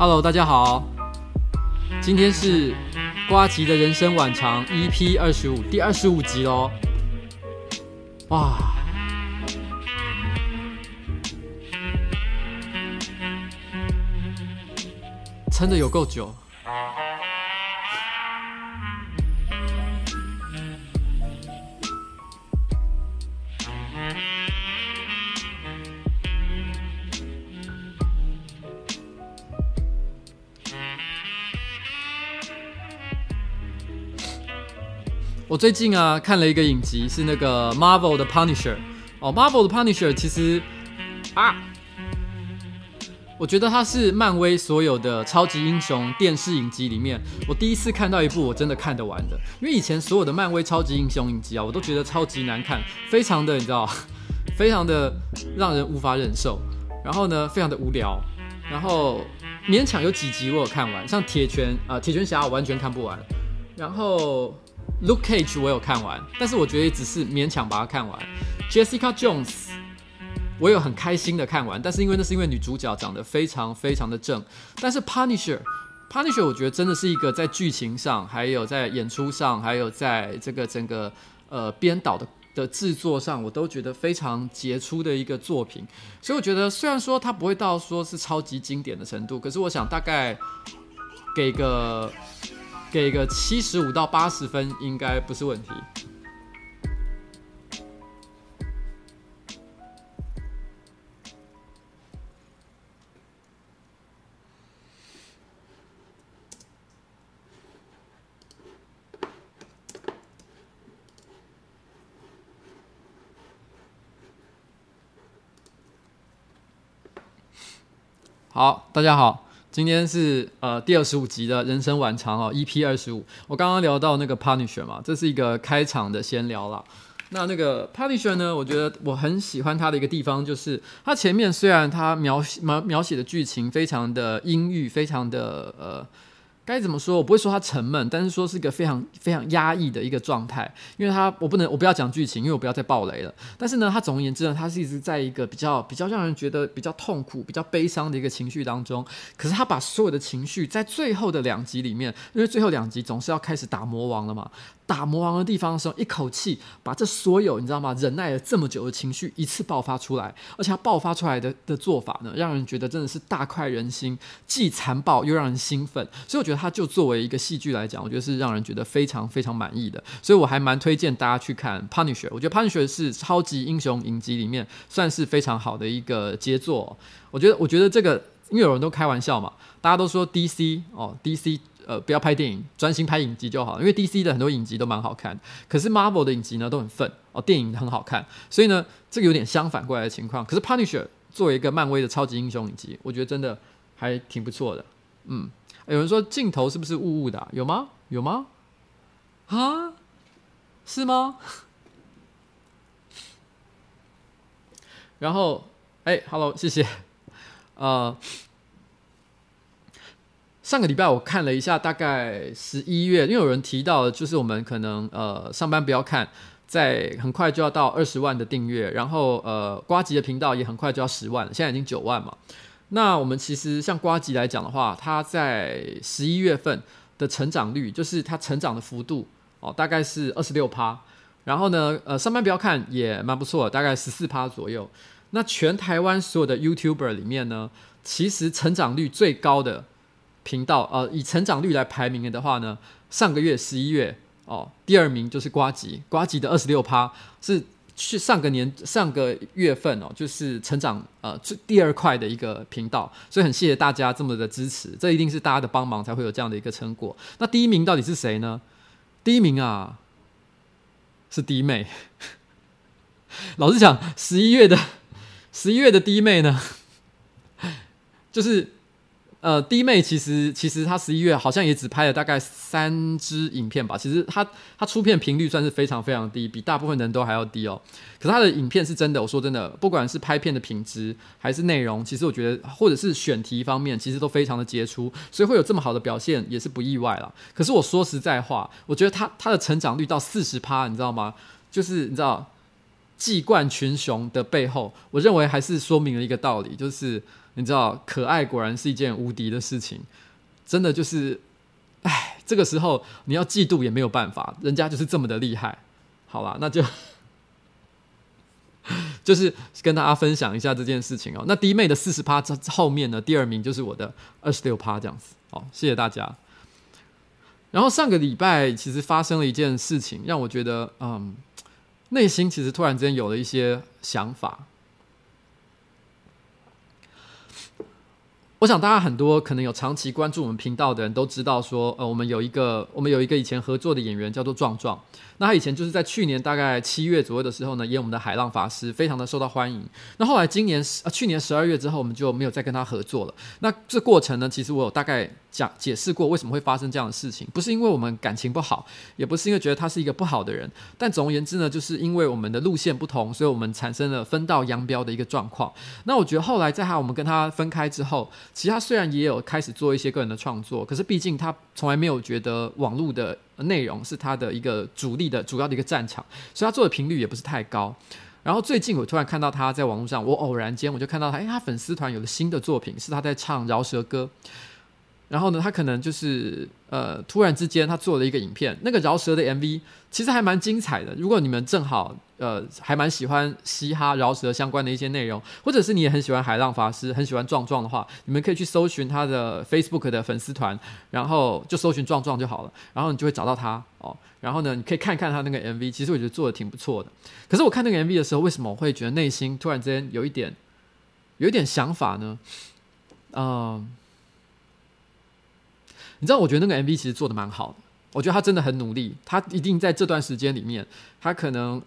Hello， 大家好，今天是呱吉的人生晚长 EP25第25集咯。哇，撑得有够久。我最近看了一个影集，是那个 Marvel 的 Punisher。Marvel 的 Punisher 其实我觉得它是漫威所有的超级英雄电视影集里面，我第一次看到一部我真的看得完的。因为以前所有的漫威超级英雄影集我都觉得超级难看，非常的你知道，非常的让人无法忍受。然后呢，非常的无聊。然后勉强有几集我有看完，像铁拳侠我完全看不完。然后Luke Cage 我有看完，但是我觉得只是勉强把它看完。Jessica Jones 我有很开心的看完，但是因为女主角长得非常非常的正。但是 Punisher 我觉得真的是一个在剧情上，还有在演出上，还有在这个整个编导的制作上，我都觉得非常杰出的一个作品。所以我觉得虽然说它不会到说是超级经典的程度，可是我想大概给个75到80分应该不是问题。好，大家好，今天是第25集的人生晚长EP25。我刚刚聊到那个 Punisher 嘛，这是一个开场的闲聊啦。那个 Punisher 呢，我觉得我很喜欢他的一个地方，就是他前面虽然他描写的剧情非常的阴郁，非常的该怎么说？我不会说它沉闷，但是说是一个非常非常压抑的一个状态。因为我不要讲剧情，因为我不要再爆雷了。但是呢，它总而言之呢，它是一直在一个比较让人觉得比较痛苦、比较悲伤的一个情绪当中。可是他把所有的情绪在最后的2集里面，因为最后2集总是要开始打魔王了嘛。打魔王的地方的时候，一口气把这所有你知道吗？忍耐了这么久的情绪一次爆发出来，而且他爆发出来的做法呢，让人觉得真的是大快人心，既残暴又让人兴奋。所以我觉得他就作为一个戏剧来讲，我觉得是让人觉得非常非常满意的。所以我还蛮推荐大家去看 Punisher。我觉得 Punisher 是超级英雄影集里面算是非常好的一个杰作。我觉得这个，因为有人都开玩笑嘛，大家都说 DC 不要拍电影，专心拍影集就好。因为 DC 的很多影集都蛮好看，可是 Marvel 的影集呢都很愤电影很好看，所以呢这个有点相反过来的情况。可是 Punisher 作为一个漫威的超级英雄影集，我觉得真的还挺不错的。有人说镜头是不是雾雾的有吗？是吗？然后Hello， 谢谢。上个礼拜我看了一下，大概11月，因为有人提到就是我们可能上班不要看，在很快就要到20万的订阅，然后呱吉的频道也很快就要10万了，现在已经9万嘛。那我们其实像呱吉来讲的话，他在11月份的成长率，就是他成长的幅度大概是26%。然后呢上班不要看也蛮不错的，大概14%左右。那全台湾所有的 YouTuber 里面呢，其实成长率最高的频道以成长率来排名的话呢，上个月11月第2名就是呱吉的 26% 是上个月份就是成长第2快的一个频道。所以很谢谢大家这么的支持，这一定是大家的帮忙才会有这样的一个成果。那第1名到底是谁呢？第1名是弟妹。老实讲11月的弟妹呢，就是弟妹其实她11月好像也只拍了大概3支影片吧。其实她出片频率算是非常非常低，比大部分人都还要低可是她的影片是真的，我说真的，不管是拍片的品质还是内容，其实我觉得或者是选题方面，其实都非常的杰出，所以会有这么好的表现也是不意外啦。可是我说实在话，我觉得她的成长率到40%，你知道吗？就是你知道技冠群雄的背后，我认为还是说明了一个道理，就是你知道，可爱果然是一件无敌的事情，真的就是，哎，这个时候你要嫉妒也没有办法，人家就是这么的厉害。好啦，那就是跟大家分享一下这件事情哦。那弟妹的40%后面呢，第二名就是我的26%这样子。好，谢谢大家。然后上个礼拜其实发生了一件事情，让我觉得内心其实突然之间有了一些想法。我想大家很多可能有长期关注我们频道的人都知道说，我们有一个以前合作的演员叫做壮壮。那他以前就是在去年大概7月左右的时候呢，演我们的海浪法师，非常的受到欢迎。那后来去年12月之后，我们就没有再跟他合作了。那这过程呢，其实我有大概解释过为什么会发生这样的事情，不是因为我们感情不好，也不是因为觉得他是一个不好的人，但总而言之呢，就是因为我们的路线不同，所以我们产生了分道扬镳的一个状况。那我觉得后来在我们跟他分开之后，其实他虽然也有开始做一些个人的创作，可是毕竟他从来没有觉得网络的内容是他的一个主要的一个战场，所以他做的频率也不是太高。然后最近我突然看到他在网络上，我偶然间我就看到他粉丝团有了新的作品，是他在唱饶舌歌。然后呢，他可能就是突然之间他做了一个影片，那个饶舌的 MV 其实还蛮精彩的。如果你们正好还蛮喜欢嘻哈饶舌相关的一些内容，或者是你也很喜欢海浪法师，很喜欢壮壮的话，你们可以去搜寻他的 Facebook 的粉丝团，然后就搜寻壮壮就好了，然后你就会找到他哦。然后呢，你可以看看他那个 MV， 其实我觉得做的挺不错的。可是我看那个 MV 的时候，为什么我会觉得内心突然之间有一点想法呢？你知道，我觉得那个 MV 其实做的蛮好的，我觉得他真的很努力，他一定在这段时间里面，他可能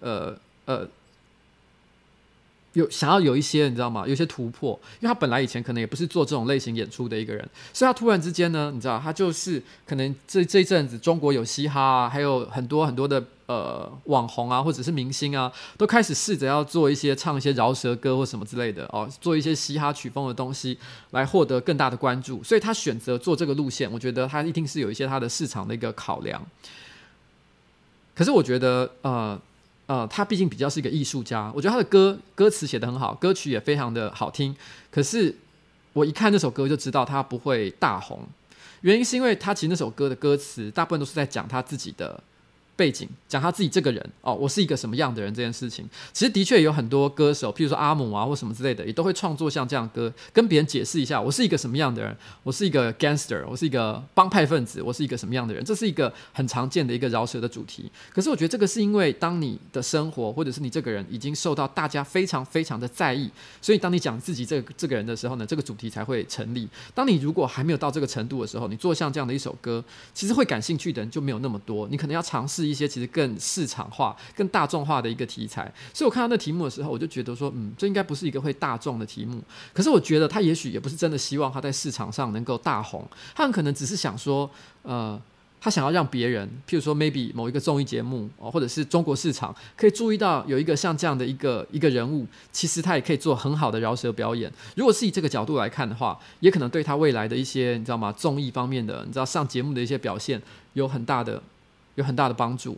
想要有一些你知道吗？有一些突破，因为他本来以前可能也不是做这种类型演出的一个人，所以他突然之间呢，你知道，他就是可能这一阵子中国有嘻哈啊，还有很多很多的网红啊，或者是明星啊，都开始试着要做一些唱一些饶舌歌或什么之类的哦，做一些嘻哈曲风的东西来获得更大的关注，所以他选择做这个路线，我觉得他一定是有一些他的市场的一个考量。可是我觉得他毕竟比较是一个艺术家，我觉得他的歌词写得很好，歌曲也非常的好听。可是我一看这首歌就知道他不会大红，原因是因为他其实那首歌的歌词大部分都是在讲他自己的背景，讲他自己这个人我是一个什么样的人这件事情。其实的确有很多歌手，譬如说阿姆啊或什么之类的，也都会创作像这样的歌，跟别人解释一下我是一个什么样的人，我是一个 gangster， 我是一个帮派分子，我是一个什么样的人，这是一个很常见的一个饶舌的主题。可是我觉得这个是因为当你的生活或者是你这个人已经受到大家非常非常的在意，所以当你讲自己这个人的时候呢，这个主题才会成立。当你如果还没有到这个程度的时候，你做像这样的一首歌，其实会感兴趣的人就没有那么多，你可能要尝试一些其实更市场化更大众化的一个题材。所以我看到那题目的时候，我就觉得说这应该不是一个会大众的题目。可是我觉得他也许也不是真的希望他在市场上能够大红，他很可能只是想说他想要让别人譬如说 maybe 某一个综艺节目或者是中国市场可以注意到有一个像这样的一个人物，其实他也可以做很好的饶舌表演。如果是以这个角度来看的话，也可能对他未来的一些你知道吗综艺方面的你知道上节目的一些表现有很大的帮助。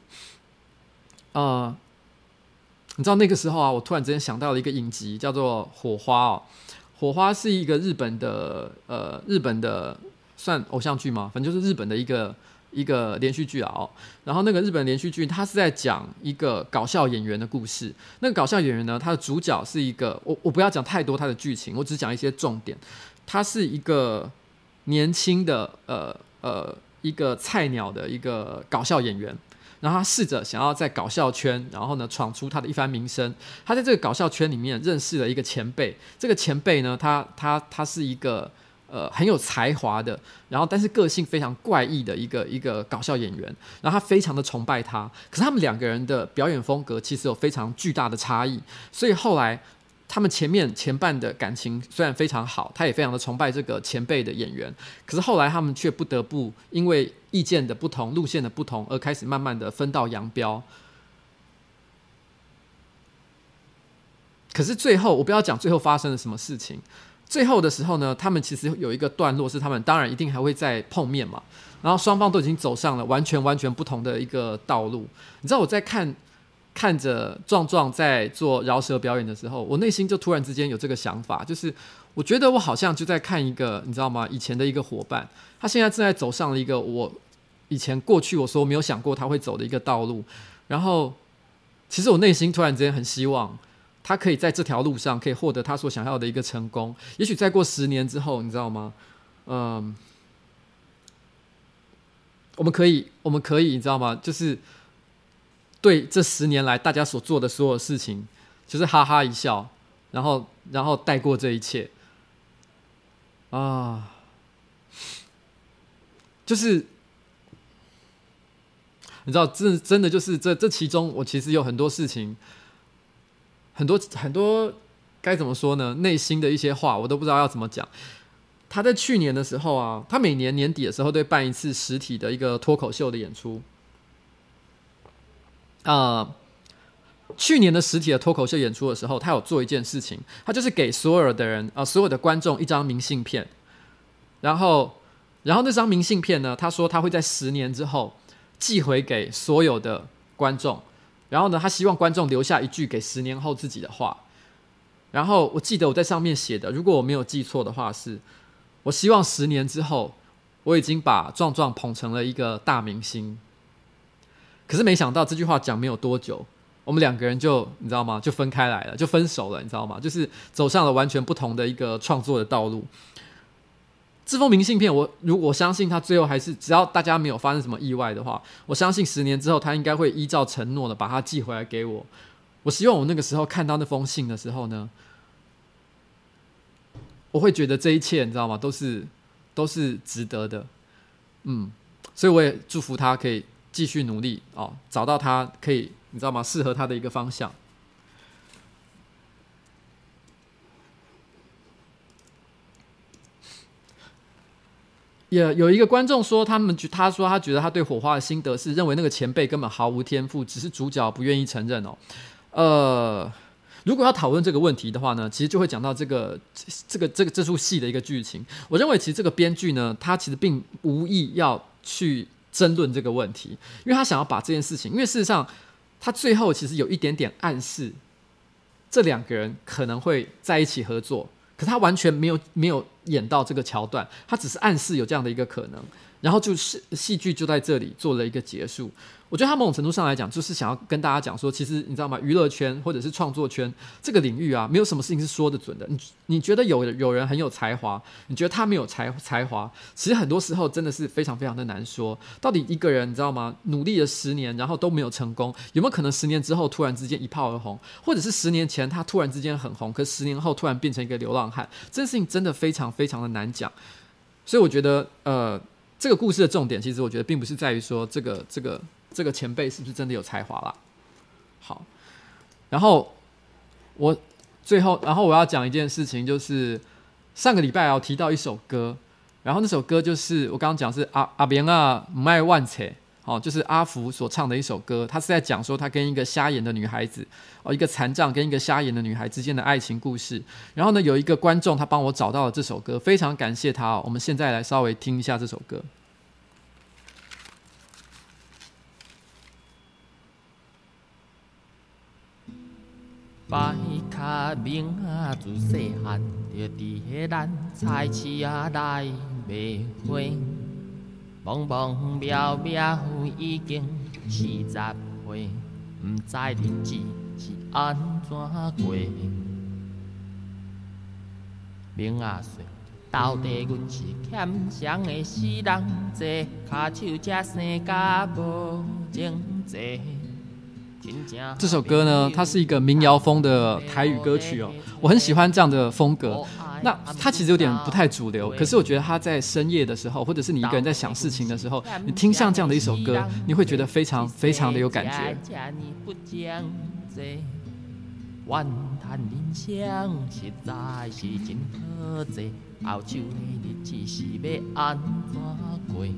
你知道那个时候我突然之间想到了一个影集叫做火花火花是一个日本的算偶像剧吗？反正就是日本的一个连续剧然后那个日本连续剧它是在讲一个搞笑演员的故事。那个搞笑演员呢，他的主角是一个我不要讲太多他的剧情，我只讲一些重点。他是一个年轻的一个菜鸟的一个搞笑演员，然后他试着想要在搞笑圈然后呢闯出他的一番名声。他在这个搞笑圈里面认识了一个前辈，这个前辈呢他是一个很有才华的，然后但是个性非常怪异的一个搞笑演员，然后他非常的崇拜他。可是他们两个人的表演风格其实有非常巨大的差异，所以后来他们前半的感情虽然非常好，他也非常的崇拜这个前辈的演员，可是后来他们却不得不因为意见的不同路线的不同而开始慢慢的分道扬镳。可是最后我不要讲最后发生了什么事情，最后的时候呢，他们其实有一个段落是他们当然一定还会再碰面嘛，然后双方都已经走上了完全不同的一个道路。你知道我在看看着壮壮在做饶舌表演的时候，我内心就突然之间有这个想法，就是我觉得我好像就在看一个，你知道吗？以前的一个伙伴，他现在正在走上了一个我以前过去我说没有想过他会走的一个道路，然后其实我内心突然之间很希望他可以在这条路上可以获得他所想要的一个成功。也许再过10年之后，你知道吗？我们可以，你知道吗？就是对这10年来大家所做的所有事情，就是哈哈一笑，然后带过这一切啊，就是你知道，真的就是这其中，我其实有很多事情，很多该怎么说呢？内心的一些话，我都不知道要怎么讲。他在去年的时候啊，他每年年底的时候都会办一次实体的一个脱口秀的演出。去年的实体的脱口秀演出的时候，他有做一件事情，他就是给所有的人所有的观众一张明信片，然后那张明信片呢，他说他会在10年之后寄回给所有的观众，然后呢，他希望观众留下一句给10年后自己的话。然后我记得我在上面写的，如果我没有记错的话是，我希望10年之后，我已经把壮壮捧成了一个大明星。可是没想到这句话讲没有多久，我们2个人就你知道吗？就分开来了，就分手了，你知道吗？就是走上了完全不同的一个创作的道路。这封明信片，我相信他最后还是，只要大家没有发生什么意外的话，我相信10年之后他应该会依照承诺的把它寄回来给我。我希望我那个时候看到那封信的时候呢，我会觉得这一切你知道吗？都是值得的。所以我也祝福他可以继续努力找到他可以你知道吗？适合他的一个方向。也有一个观众说，他说他觉得他对火花的心得是认为那个前辈根本毫无天赋，只是主角不愿意承认如果要讨论这个问题的话呢，其实就会讲到这出戏的一个剧情。我认为其实这个编剧呢，他其实并无意要去争论这个问题，因为他想要把这件事情，因为事实上他最后其实有一点点暗示，这2个人可能会在一起合作。可是他完全没有演到这个桥段，他只是暗示有这样的一个可能，然后就是戏剧就在这里做了一个结束。我觉得他某种程度上来讲，就是想要跟大家讲说，其实你知道吗？娱乐圈或者是创作圈这个领域啊，没有什么事情是说得准的。你觉得有人很有才华，你觉得他没有才华，其实很多时候真的是非常非常的难说。到底一个人你知道吗？努力了10年，然后都没有成功，有没有可能10年之后突然之间一炮而红，或者是10年前他突然之间很红，可是10年后突然变成一个流浪汉？这件事情真的非常非常的难讲。所以我觉得这个故事的重点，其实我觉得并不是在于说这个前辈是不是真的有才华啦。好，然后我要讲一件事情，就是上个礼拜我提到一首歌，然后那首歌就是我刚刚讲是阿扁啊唔爱万切，就是阿福所唱的一首歌，他是在讲说他跟一个瞎眼的女孩子，一个残障跟一个瞎眼的女孩之间的爱情故事。然后呢，有一个观众他帮我找到了这首歌，非常感谢他我们现在来稍微听一下这首歌。 摆脚明啊，自细汉就伫迄咱菜市啊来卖花，茫茫渺渺已经40岁，毋知日子是安怎过。明啊岁，到底阮是欠谁的死人济，骹手才生甲无情济。 这首歌呢，它是一个民谣风的台语歌曲我很喜欢这样的风格。那它其实有点不太主流，可是我觉得它在深夜的时候，或者是你一个人在想事情的时候，你听像这样的一首歌，你会觉得非常非常的有感觉。怨叹人生实在是真可惜，后手的日子是要安怎过？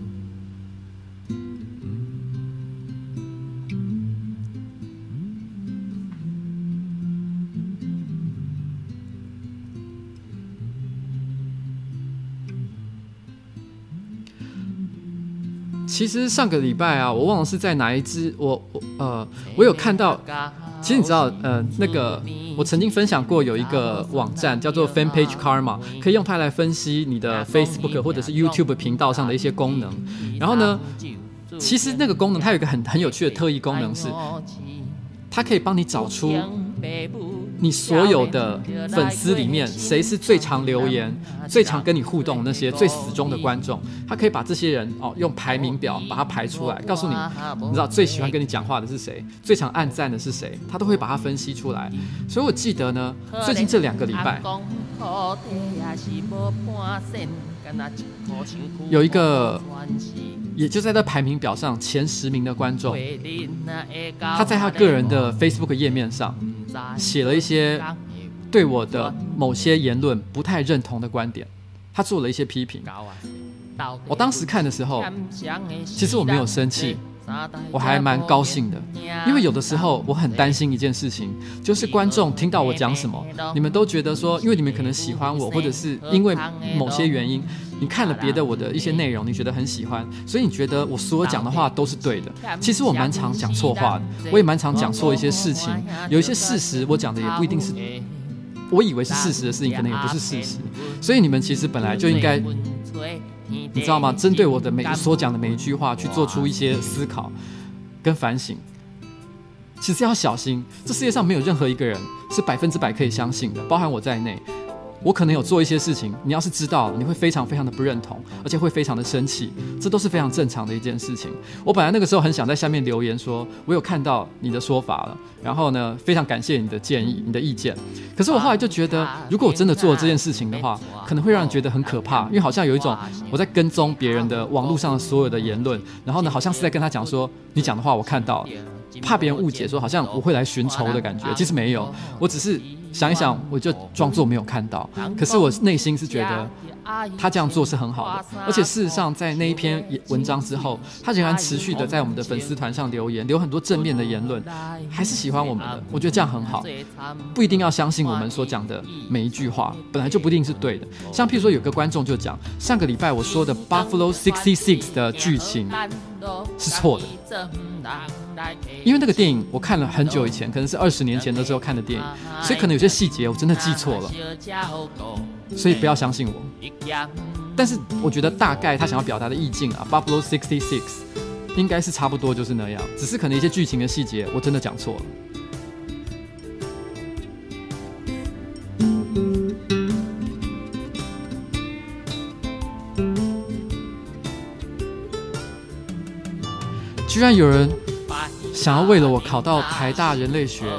其实上个礼拜啊，我忘了是在哪一支，我有看到。其实你知道，那个我曾经分享过有一个网站叫做 Fan Page Karma， 可以用它来分析你的 Facebook 或者是 YouTube 频道上的一些功能。然后呢，其实那个功能它有一个很有趣的特异功能是，它可以帮你找出你所有的粉丝里面谁是最常留言、最常跟你互动那些最死忠的观众，他可以把这些人用排名表把它排出来，告诉你，你知道最喜欢跟你讲话的是谁，最常按赞的是谁，他都会把它分析出来。所以我记得呢，最近这2个礼拜有一个，也就在这排名表上前10名的观众，他在他个人的 Facebook 页面上写了一些对我的某些言论不太认同的观点，他做了一些批评。我当时看的时候，其实我没有生气，我还蛮高兴的，因为有的时候我很担心一件事情，就是观众听到我讲什么，你们都觉得说，因为你们可能喜欢我，或者是因为某些原因，你看了别的我的一些内容，你觉得很喜欢，所以你觉得我所有讲的话都是对的。其实我蛮常讲错话的，我也蛮常讲错一些事情，有一些事实我讲的也不一定是我以为是事实的事情，可能也不是事实。所以你们其实本来就应该，你知道吗？针对我的所讲的每一句话去做出一些思考跟反省。其实要小心，这世界上没有任何一个人是100%可以相信的，包含我在内。我可能有做一些事情，你要是知道了，你会非常非常的不认同，而且会非常的生气，这都是非常正常的一件事情。我本来那个时候很想在下面留言说，我有看到你的说法了，然后呢，非常感谢你的建议、你的意见。可是我后来就觉得，如果我真的做了这件事情的话，可能会让人觉得很可怕，因为好像有一种我在跟踪别人的网络上的所有的言论，然后呢，好像是在跟他讲说，你讲的话我看到了，怕别人误解说好像我会来寻仇的感觉。其实没有，我只是想一想，我就装作没有看到。可是我内心是觉得他这样做是很好的，而且事实上在那一篇文章之后，他仍然持续的在我们的粉丝团上留言，留很多正面的言论，还是喜欢我们的。我觉得这样很好，不一定要相信我们所讲的每一句话，本来就不一定是对的。像譬如说有个观众就讲，上个礼拜我说的 Buffalo 66的剧情是错的，因为那个电影我看了很久以前，可能是20年前的时候看的电影，所以可能有些细节我真的记错了，所以不要相信我。但是我觉得大概他想要表达的意境啊 ，Buffalo 66应该是差不多就是那样，只是可能一些剧情的细节我真的讲错了。居然有人想要为了我考到台大人类学，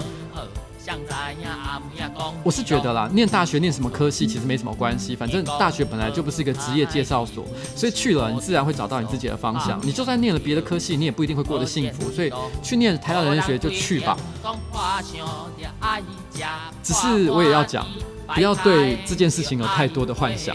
我是觉得啦，念大学念什么科系其实没什么关系，反正大学本来就不是一个职业介绍所，所以去了你自然会找到你自己的方向。你就算念了别的科系，你也不一定会过得幸福，所以去念台大人类学就去吧。只是我也要讲，不要对这件事情有太多的幻想。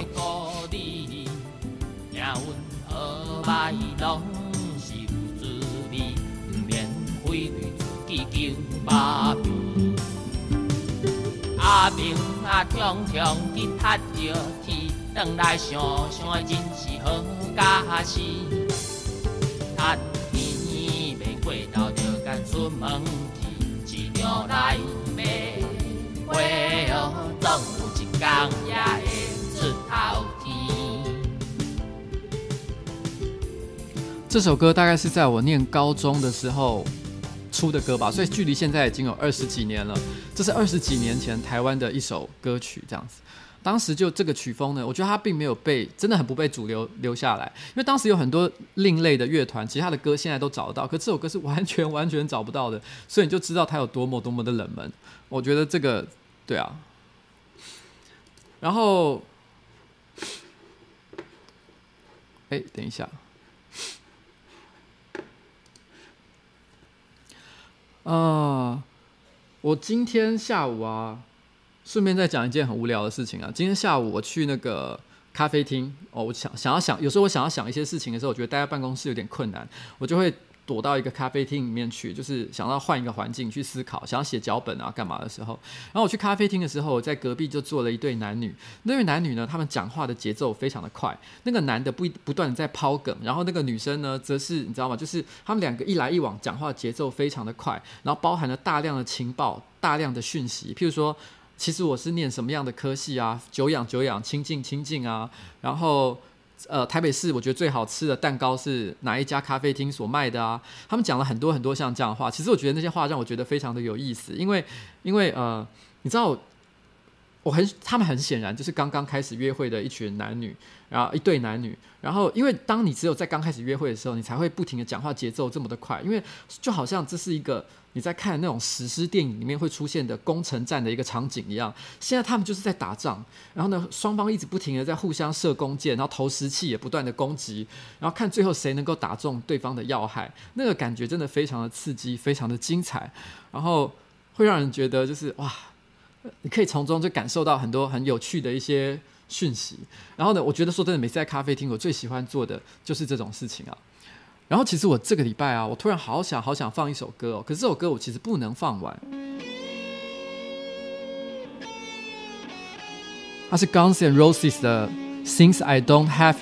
阿明啊，常常去踢着天，转来想想的真是好假死。踢天袂过头，就干出门去，市场来买花哦，总有一天也会出头天。这首歌大概是在我念高中的时候出的歌吧，所以距离现在已经有20几年了。这是20几年前台湾的一首歌曲，这样子。当时就这个曲风呢，我觉得它并没有真的很不被主流留下来，因为当时有很多另类的乐团，其实他的歌现在都找得到，可这首歌是完全找不到的，所以你就知道它有多么的冷门。我觉得这个，对啊。然后，等一下。我今天下午啊，顺便再讲一件很无聊的事情啊。今天下午我去那个咖啡厅，我有时候我想要想一些事情的时候，我觉得待在办公室有点困难，我就会躲到一个咖啡厅里面去，就是想要换一个环境去思考，想要写脚本啊干嘛的时候，然后我去咖啡厅的时候，我在隔壁就坐了一对男女。那对男女呢，他们讲话的节奏非常的快，那个男的不断的在抛梗，然后那个女生呢，则是你知道吗？就是他们两个一来一往，讲话节奏非常的快，然后包含了大量的情报、大量的讯息，譬如说，其实我是念什么样的科系啊，久仰久仰，亲近亲近啊，然后。台北市我觉得最好吃的蛋糕是哪一家咖啡厅所卖的啊？他们讲了很多很多像这样的话，其实我觉得那些话让我觉得非常的有意思，因为你知道他们很显然就是刚刚开始约会的一群男女，然后一对男女，然后因为当你只有在刚开始约会的时候，你才会不停的讲话节奏这么的快，因为就好像这是一个你在看那种史诗电影里面会出现的攻城战的一个场景一样。现在他们就是在打仗，然后呢，双方一直不停的在互相射弓箭，然后投石器也不断的攻击，然后看最后谁能够打中对方的要害，那个感觉真的非常的刺激，非常的精彩，然后会让人觉得就是哇。你可以从中就感受到很多很有趣的一些讯息，然后呢，我觉得说真的，每次在咖啡厅，我最喜欢做的就是这种事情啊。然后其实我这个礼拜啊，我突然好想放一首歌哦，可是这首歌我其实不能放完，它是 Guns N' Roses 的 Since I Don't Have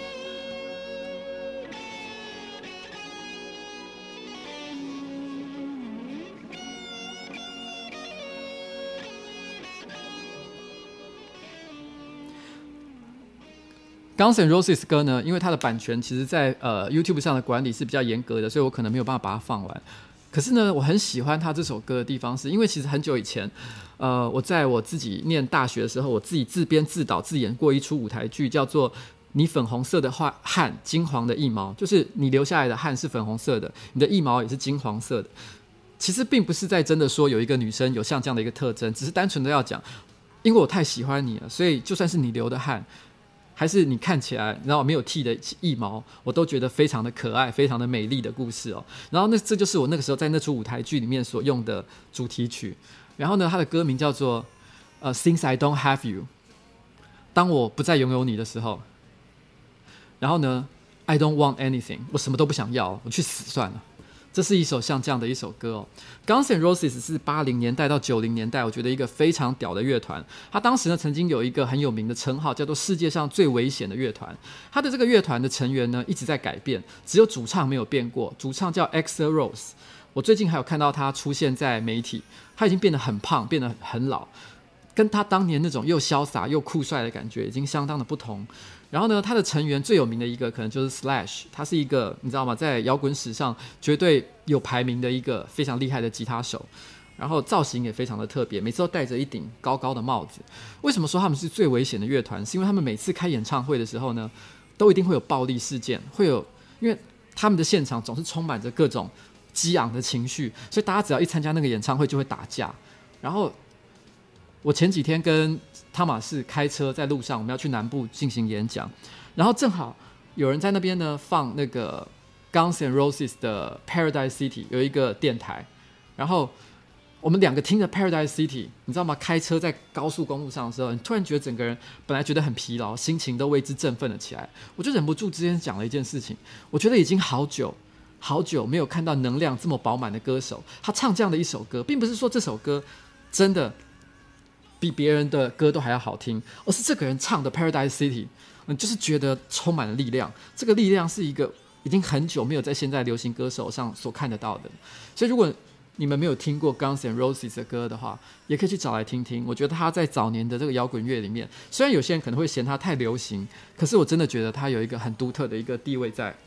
You。Guns N' Roses 歌呢，因为它的版权其实在YouTube 上的管理是比较严格的，所以我可能没有办法把它放完。可是呢，我很喜欢他这首歌的地方是因为其实很久以前，我在我自己念大学的时候，我自己自编自导自演过一出舞台剧，叫做你粉红色的汗，金黄的腋毛，就是你留下来的汗是粉红色的，你的腋毛也是金黄色的。其实并不是在真的说有一个女生有像这样的一个特征，只是单纯的要讲，因为我太喜欢你了，所以就算是你流的汗。还是你看起来然后没有剃的腋毛，我都觉得非常的可爱，非常的美丽的故事哦。然后这就是我那个时候在那出舞台剧里面所用的主题曲。然后呢，它的歌名叫做Since I Don't Have You， 当我不再拥有你的时候。然后呢 I don't want anything， 我什么都不想要，我去死算了。这是一首像这样的一首歌哦。Guns N' Roses 是80年代到90年代，我觉得一个非常屌的乐团。他当时呢曾经有一个很有名的称号，叫做世界上最危险的乐团。他的这个乐团的成员呢一直在改变，只有主唱没有变过。主唱叫 Axl Rose， 我最近还有看到他出现在媒体，他已经变得很胖，变得很老，跟他当年那种又潇洒又酷帅的感觉已经相当的不同。然后呢，他的成员最有名的一个可能就是 Slash， 他是一个你知道吗，在摇滚史上绝对有排名的一个非常厉害的吉他手，然后造型也非常的特别，每次都戴着一顶高高的帽子。为什么说他们是最危险的乐团？是因为他们每次开演唱会的时候呢，都一定会有暴力事件，因为他们的现场总是充满着各种激昂的情绪，所以大家只要一参加那个演唱会就会打架。然后我前几天跟汤马士开车在路上，我们要去南部进行演讲，然后正好有人在那边呢放那个 Guns N' Roses 的 Paradise City 有一个电台，然后我们两个听着 Paradise City， 你知道吗？开车在高速公路上的时候，你突然觉得整个人本来觉得很疲劳，心情都为之振奋了起来。我就忍不住之前讲了一件事情，我觉得已经好久没有看到能量这么饱满的歌手，他唱这样的一首歌，并不是说这首歌真的比别人的歌都还要好听，而是这个人唱的 Paradise City， 就是觉得充满了力量。这个力量是一个已经很久没有在现在流行歌手上所看得到的。所以如果你们没有听过 Guns N' Roses 的歌的话，也可以去找来听听。我觉得他在早年的这个摇滚乐里面，虽然有些人可能会嫌他太流行，可是我真的觉得他有一个很独特的一个地位在。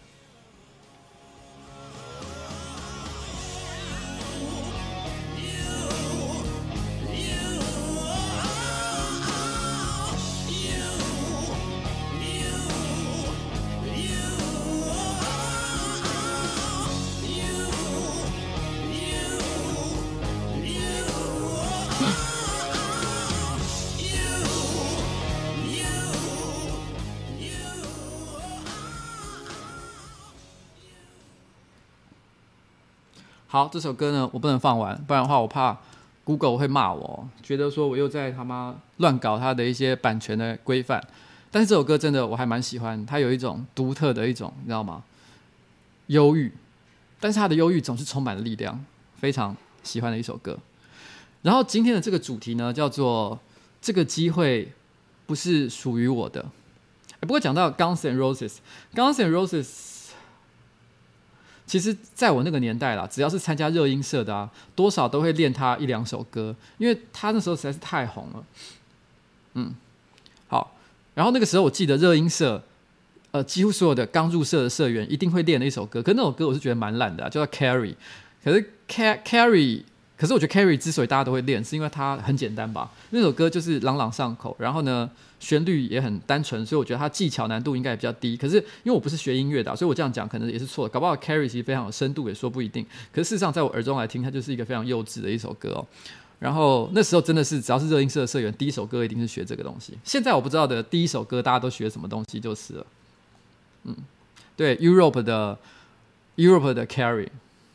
好，这首歌呢我不能放完，不然的话我怕 Google 会骂我，觉得说我又在他妈乱搞他的一些版权的规范。但是这首歌真的我还蛮喜欢，它有一种独特的一种你知道吗？忧郁， 但是他的忧郁总是充满了力量，非常喜欢的一首歌。然后今天的这个主题呢，叫做这个机会不是属于我的。不过讲到 Guns N' Roses，Guns N' Roses 其实在我那个年代啦，只要是参加热音社的多少都会练他一两首歌，因为他那时候实在是太红了。好，然后那个时候我记得热音社，几乎所有的刚入社的社员一定会练的一首歌，可是那首歌我是觉得蛮烂的叫做 Carry。可是 Carry， 可是我觉得 Carry 之所以大家都会练，是因为它很简单吧？那首歌就是朗朗上口，然后呢，旋律也很单纯，所以我觉得它技巧难度应该也比较低。可是因为我不是学音乐的，所以我这样讲可能也是错的，搞不好 Carry 其实非常有深度，也说不一定。可是事实上，在我耳中来听，它就是一个非常幼稚的一首歌然后那时候真的是，只要是热音社的社员，第一首歌一定是学这个东西。现在我不知道的第一首歌大家都学什么东西就是了。对 Europe 的 Carry。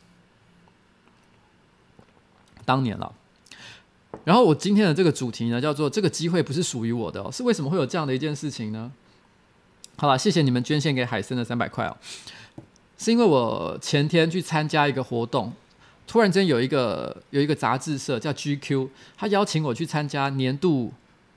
当年了，然后我今天的这个主题呢，叫做这个机会不是属于我的是为什么会有这样的一件事情呢？好了，谢谢你们捐献给海森的300块是因为我前天去参加一个活动，突然间有一个杂志社叫 GQ， 他邀请我去参加年度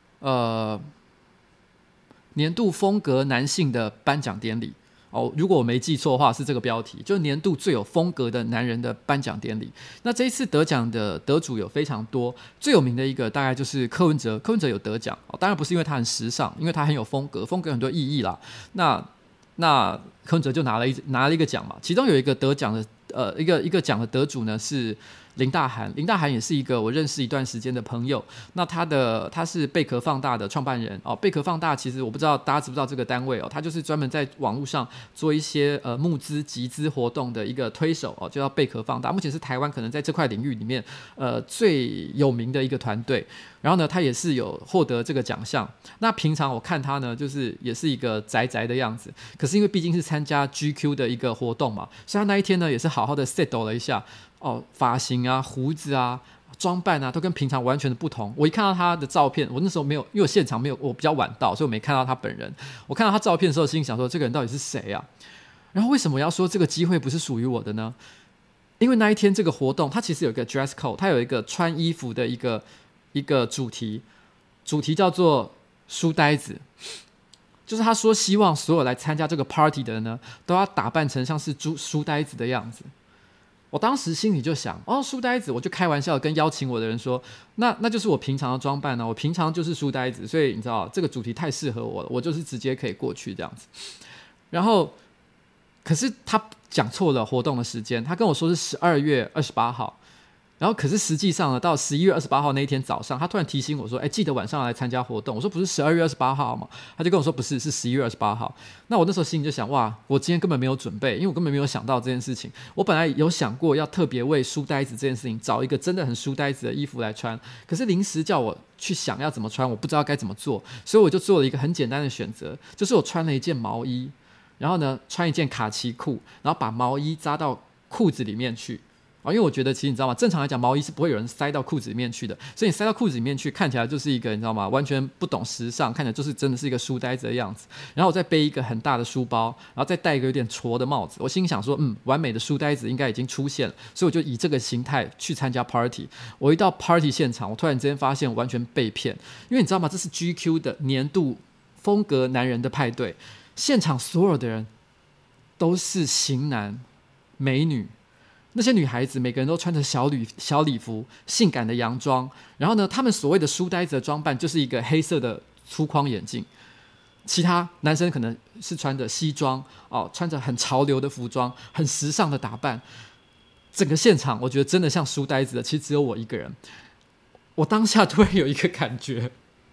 风格男性的颁奖典礼。如果我没记错的话是这个标题，就是年度最有风格的男人的颁奖典礼。那这一次得奖的得主有非常多，最有名的一个大概就是柯文哲有得奖当然不是因为他很时尚，因为他很有风格有很多意义啦。那柯文哲就拿了一个奖嘛，其中有一个得奖的一个奖的得主呢是林大涵也是一个我认识一段时间的朋友。那他是贝壳放大的创办人贝壳放大其实我不知道大家知不知道这个单位他就是专门在网络上做一些募资集资活动的一个推手就叫贝壳放大，目前是台湾可能在这块领域里面最有名的一个团队。然后呢，他也是有获得这个奖项。那平常我看他呢，就是也是一个宅宅的样子。可是因为毕竟是参加 GQ 的一个活动嘛，所以他那一天呢也是好好的 settle 了一下发型啊、胡子啊、装扮啊，都跟平常完全的不同。我一看到他的照片，我那时候没有，因为我现场没有，我比较晚到，所以我没看到他本人。我看到他照片的时候，心里想说，这个人到底是谁啊？然后为什么要说这个机会不是属于我的呢？因为那一天这个活动，它其实有一个 dress code， 它有一个穿衣服的一个主题叫做书呆子。就是他说希望所有来参加这个 party 的人呢，都要打扮成像是书呆子的样子。我当时心里就想，书呆子，我就开玩笑跟邀请我的人说，那就是我平常的装扮我平常就是书呆子，所以你知道这个主题太适合我了，我就是直接可以过去这样子。然后，可是他讲错了活动的时间，他跟我说是12月28号。然后可是实际上呢，到11月28号那一天早上，他突然提醒我说记得晚上来参加活动。我说不是12月28号吗？他就跟我说不是，是11月28号。那我那时候心里就想，哇，我今天根本没有准备，因为我根本没有想到这件事情。我本来有想过要特别为书呆子这件事情找一个真的很书呆子的衣服来穿，可是临时叫我去想要怎么穿，我不知道该怎么做，所以我就做了一个很简单的选择，就是我穿了一件毛衣，然后呢穿一件卡其裤，然后把毛衣扎到裤子里面去。因为我觉得其实你知道吗，正常来讲毛衣是不会有人塞到裤子里面去的，所以你塞到裤子里面去看起来就是一个你知道吗，完全不懂时尚，看起来就是真的是一个书呆子的样子。然后我再背一个很大的书包，然后再戴一个有点矬的帽子，我心想说完美的书呆子应该已经出现了，所以我就以这个形态去参加 party。 我一到 party 现场，我突然之间发现我完全被骗，因为你知道吗，这是 GQ 的年度风格男人的派对，现场所有的人都是型男美女，那些女孩子每个人都穿着小礼服，性感的洋装，然后呢，他们所谓的书呆子的装扮就是一个黑色的粗框眼镜。其他男生可能是穿着西装穿着很潮流的服装，很时尚的打扮。整个现场我觉得真的像书呆子的，其实只有我一个人。我当下突然有一个感觉，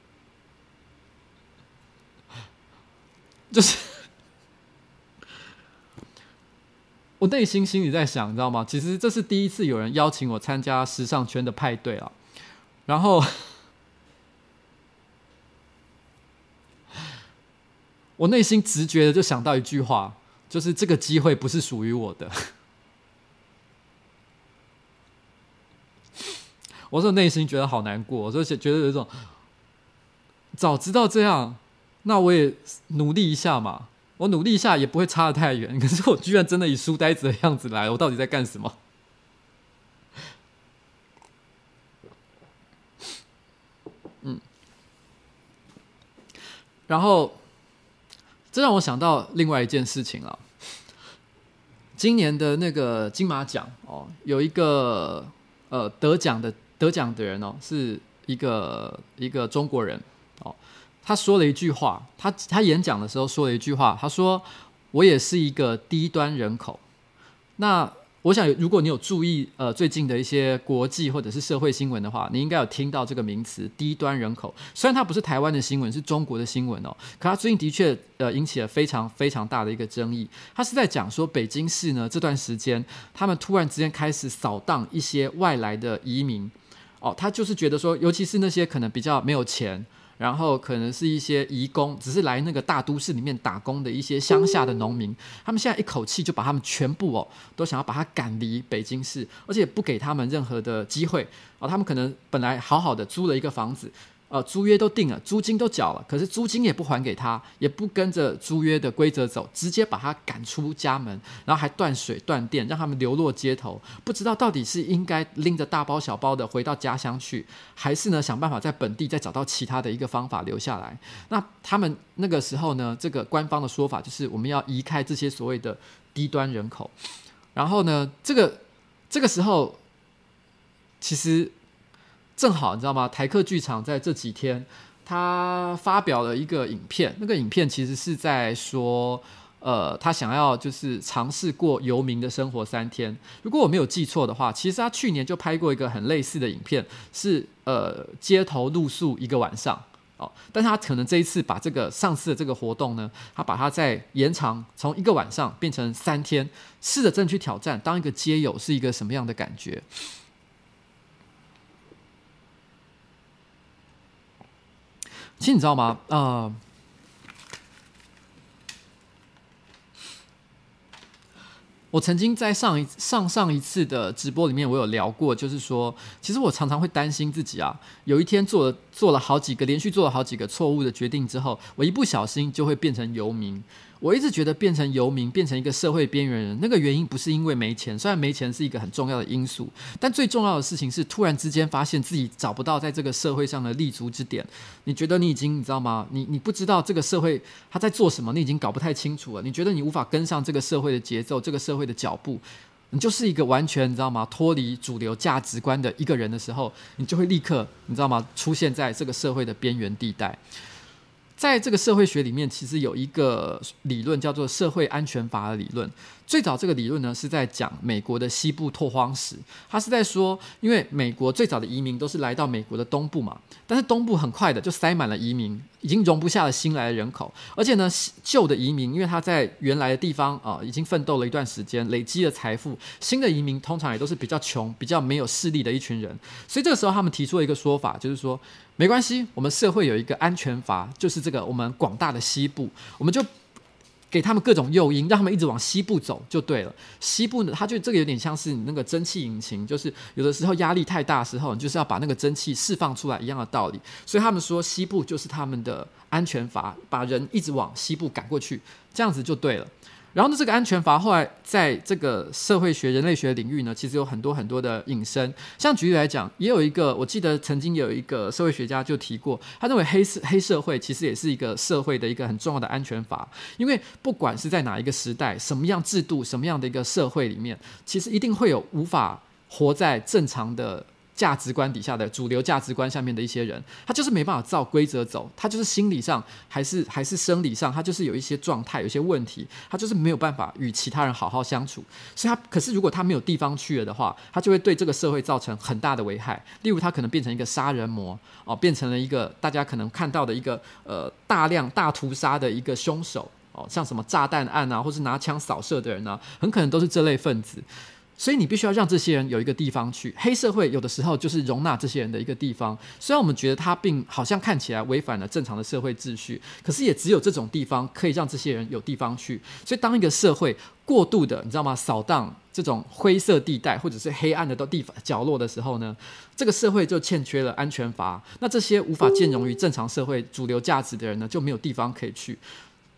就是我内心心里在想，你知道吗？其实这是第一次有人邀请我参加时尚圈的派对啊。然后我内心直觉的就想到一句话，就是这个机会不是属于我的。我说内心觉得好难过，我就觉得有一种早知道这样，那我也努力一下嘛。 我努力一下也不会差得太远，可是我居然真的以书呆子的样子来了，我到底在干什么？然后这让我想到另外一件事情了。今年的那个金马奖哦，有一个得奖的人哦，是一个中国人哦，他说了一句话，他演讲的时候说了一句话，他说：“我也是一个低端人口。”那我想，如果你有注意最近的一些国际或者是社会新闻的话，你应该有听到这个名词"低端人口"。虽然它不是台湾的新闻，是中国的新闻哦，可它最近的确引起了非常非常大的一个争议。它是在讲说，北京市呢这段时间，他们突然之间开始扫荡一些外来的移民哦，他就是觉得说，尤其是那些可能比较没有钱。然后可能是一些移工，只是来那个大都市里面打工的一些乡下的农民，他们现在一口气就把他们全部都想要把他赶离北京市，而且不给他们任何的机会他们可能本来好好的租了一个房子，租约都定了，租金都缴了，可是租金也不还给他，也不跟着租约的规则走，直接把他赶出家门，然后还断水断电，让他们流落街头，不知道到底是应该拎着大包小包的回到家乡去，还是呢想办法在本地再找到其他的一个方法留下来。那他们那个时候呢，这个官方的说法就是我们要移开这些所谓的低端人口。然后呢，这个时候其实正好你知道吗？台客剧场在这几天，他发表了一个影片，那个影片其实是在说，他想要就是尝试过游民的生活3天。如果我没有记错的话，其实他去年就拍过一个很类似的影片，是街头露宿1个晚上但是他可能这一次把这个上次的这个活动呢，他把它再延长，从1个晚上变成3天，试着真的去挑战当一个街友是一个什么样的感觉。其实你知道吗？我曾经在上一次的直播里面，我有聊过，就是说，其实我常常会担心自己有一天连续做了好几个错误的决定之后，我一不小心就会变成游民。我一直觉得变成游民，变成一个社会边缘人，那个原因不是因为没钱，虽然没钱是一个很重要的因素，但最重要的事情是突然之间发现自己找不到在这个社会上的立足之点。你觉得你知道吗？你不知道这个社会他在做什么，你已经搞不太清楚了。你觉得你无法跟上这个社会的节奏，这个社会的脚步，你就是一个完全你知道吗？脱离主流价值观的一个人的时候，你就会立刻你知道吗？出现在这个社会的边缘地带。在这个社会学里面，其实有一个理论叫做社会安全阀的理论。最早这个理论呢，是在讲美国的西部拓荒史。他是在说，因为美国最早的移民都是来到美国的东部嘛，但是东部很快的就塞满了移民，已经容不下了新来的人口。而且呢，旧的移民因为他在原来的地方已经奋斗了一段时间，累积了财富，新的移民通常也都是比较穷、比较没有势力的一群人。所以这个时候他们提出了一个说法，就是说没关系，我们社会有一个安全阀，就是这个我们广大的西部，我们就给他们各种诱因，让他们一直往西部走就对了。西部呢，它就这个有点像是你那个蒸汽引擎，就是有的时候压力太大的时候，你就是要把那个蒸汽释放出来一样的道理。所以他们说西部就是他们的安全阀，把人一直往西部赶过去，这样子就对了。然后呢，这个安全阀后来在这个社会学、人类学领域呢，其实有很多很多的引申。像举例来讲，也有一个，我记得曾经有一个社会学家就提过，他认为黑社会其实也是一个社会的一个很重要的安全阀，因为不管是在哪一个时代、什么样制度、什么样的一个社会里面，其实一定会有无法活在正常的价值观底下的主流价值观下面的一些人，他就是没办法照规则走，他就是心理上还是生理上，他就是有一些状态，有一些问题，他就是没有办法与其他人好好相处。所以可是如果他没有地方去了的话，他就会对这个社会造成很大的危害。例如他可能变成一个杀人魔变成了一个大家可能看到的一个大量大屠杀的一个凶手像什么炸弹案或是拿枪扫射的人很可能都是这类分子。所以你必须要让这些人有一个地方去。黑社会有的时候就是容纳这些人的一个地方，虽然我们觉得它并好像看起来违反了正常的社会秩序，可是也只有这种地方可以让这些人有地方去。所以当一个社会过度的你知道吗扫荡这种灰色地带或者是黑暗的地方角落的时候呢，这个社会就欠缺了安全阀，那这些无法兼容于正常社会主流价值的人呢，就没有地方可以去。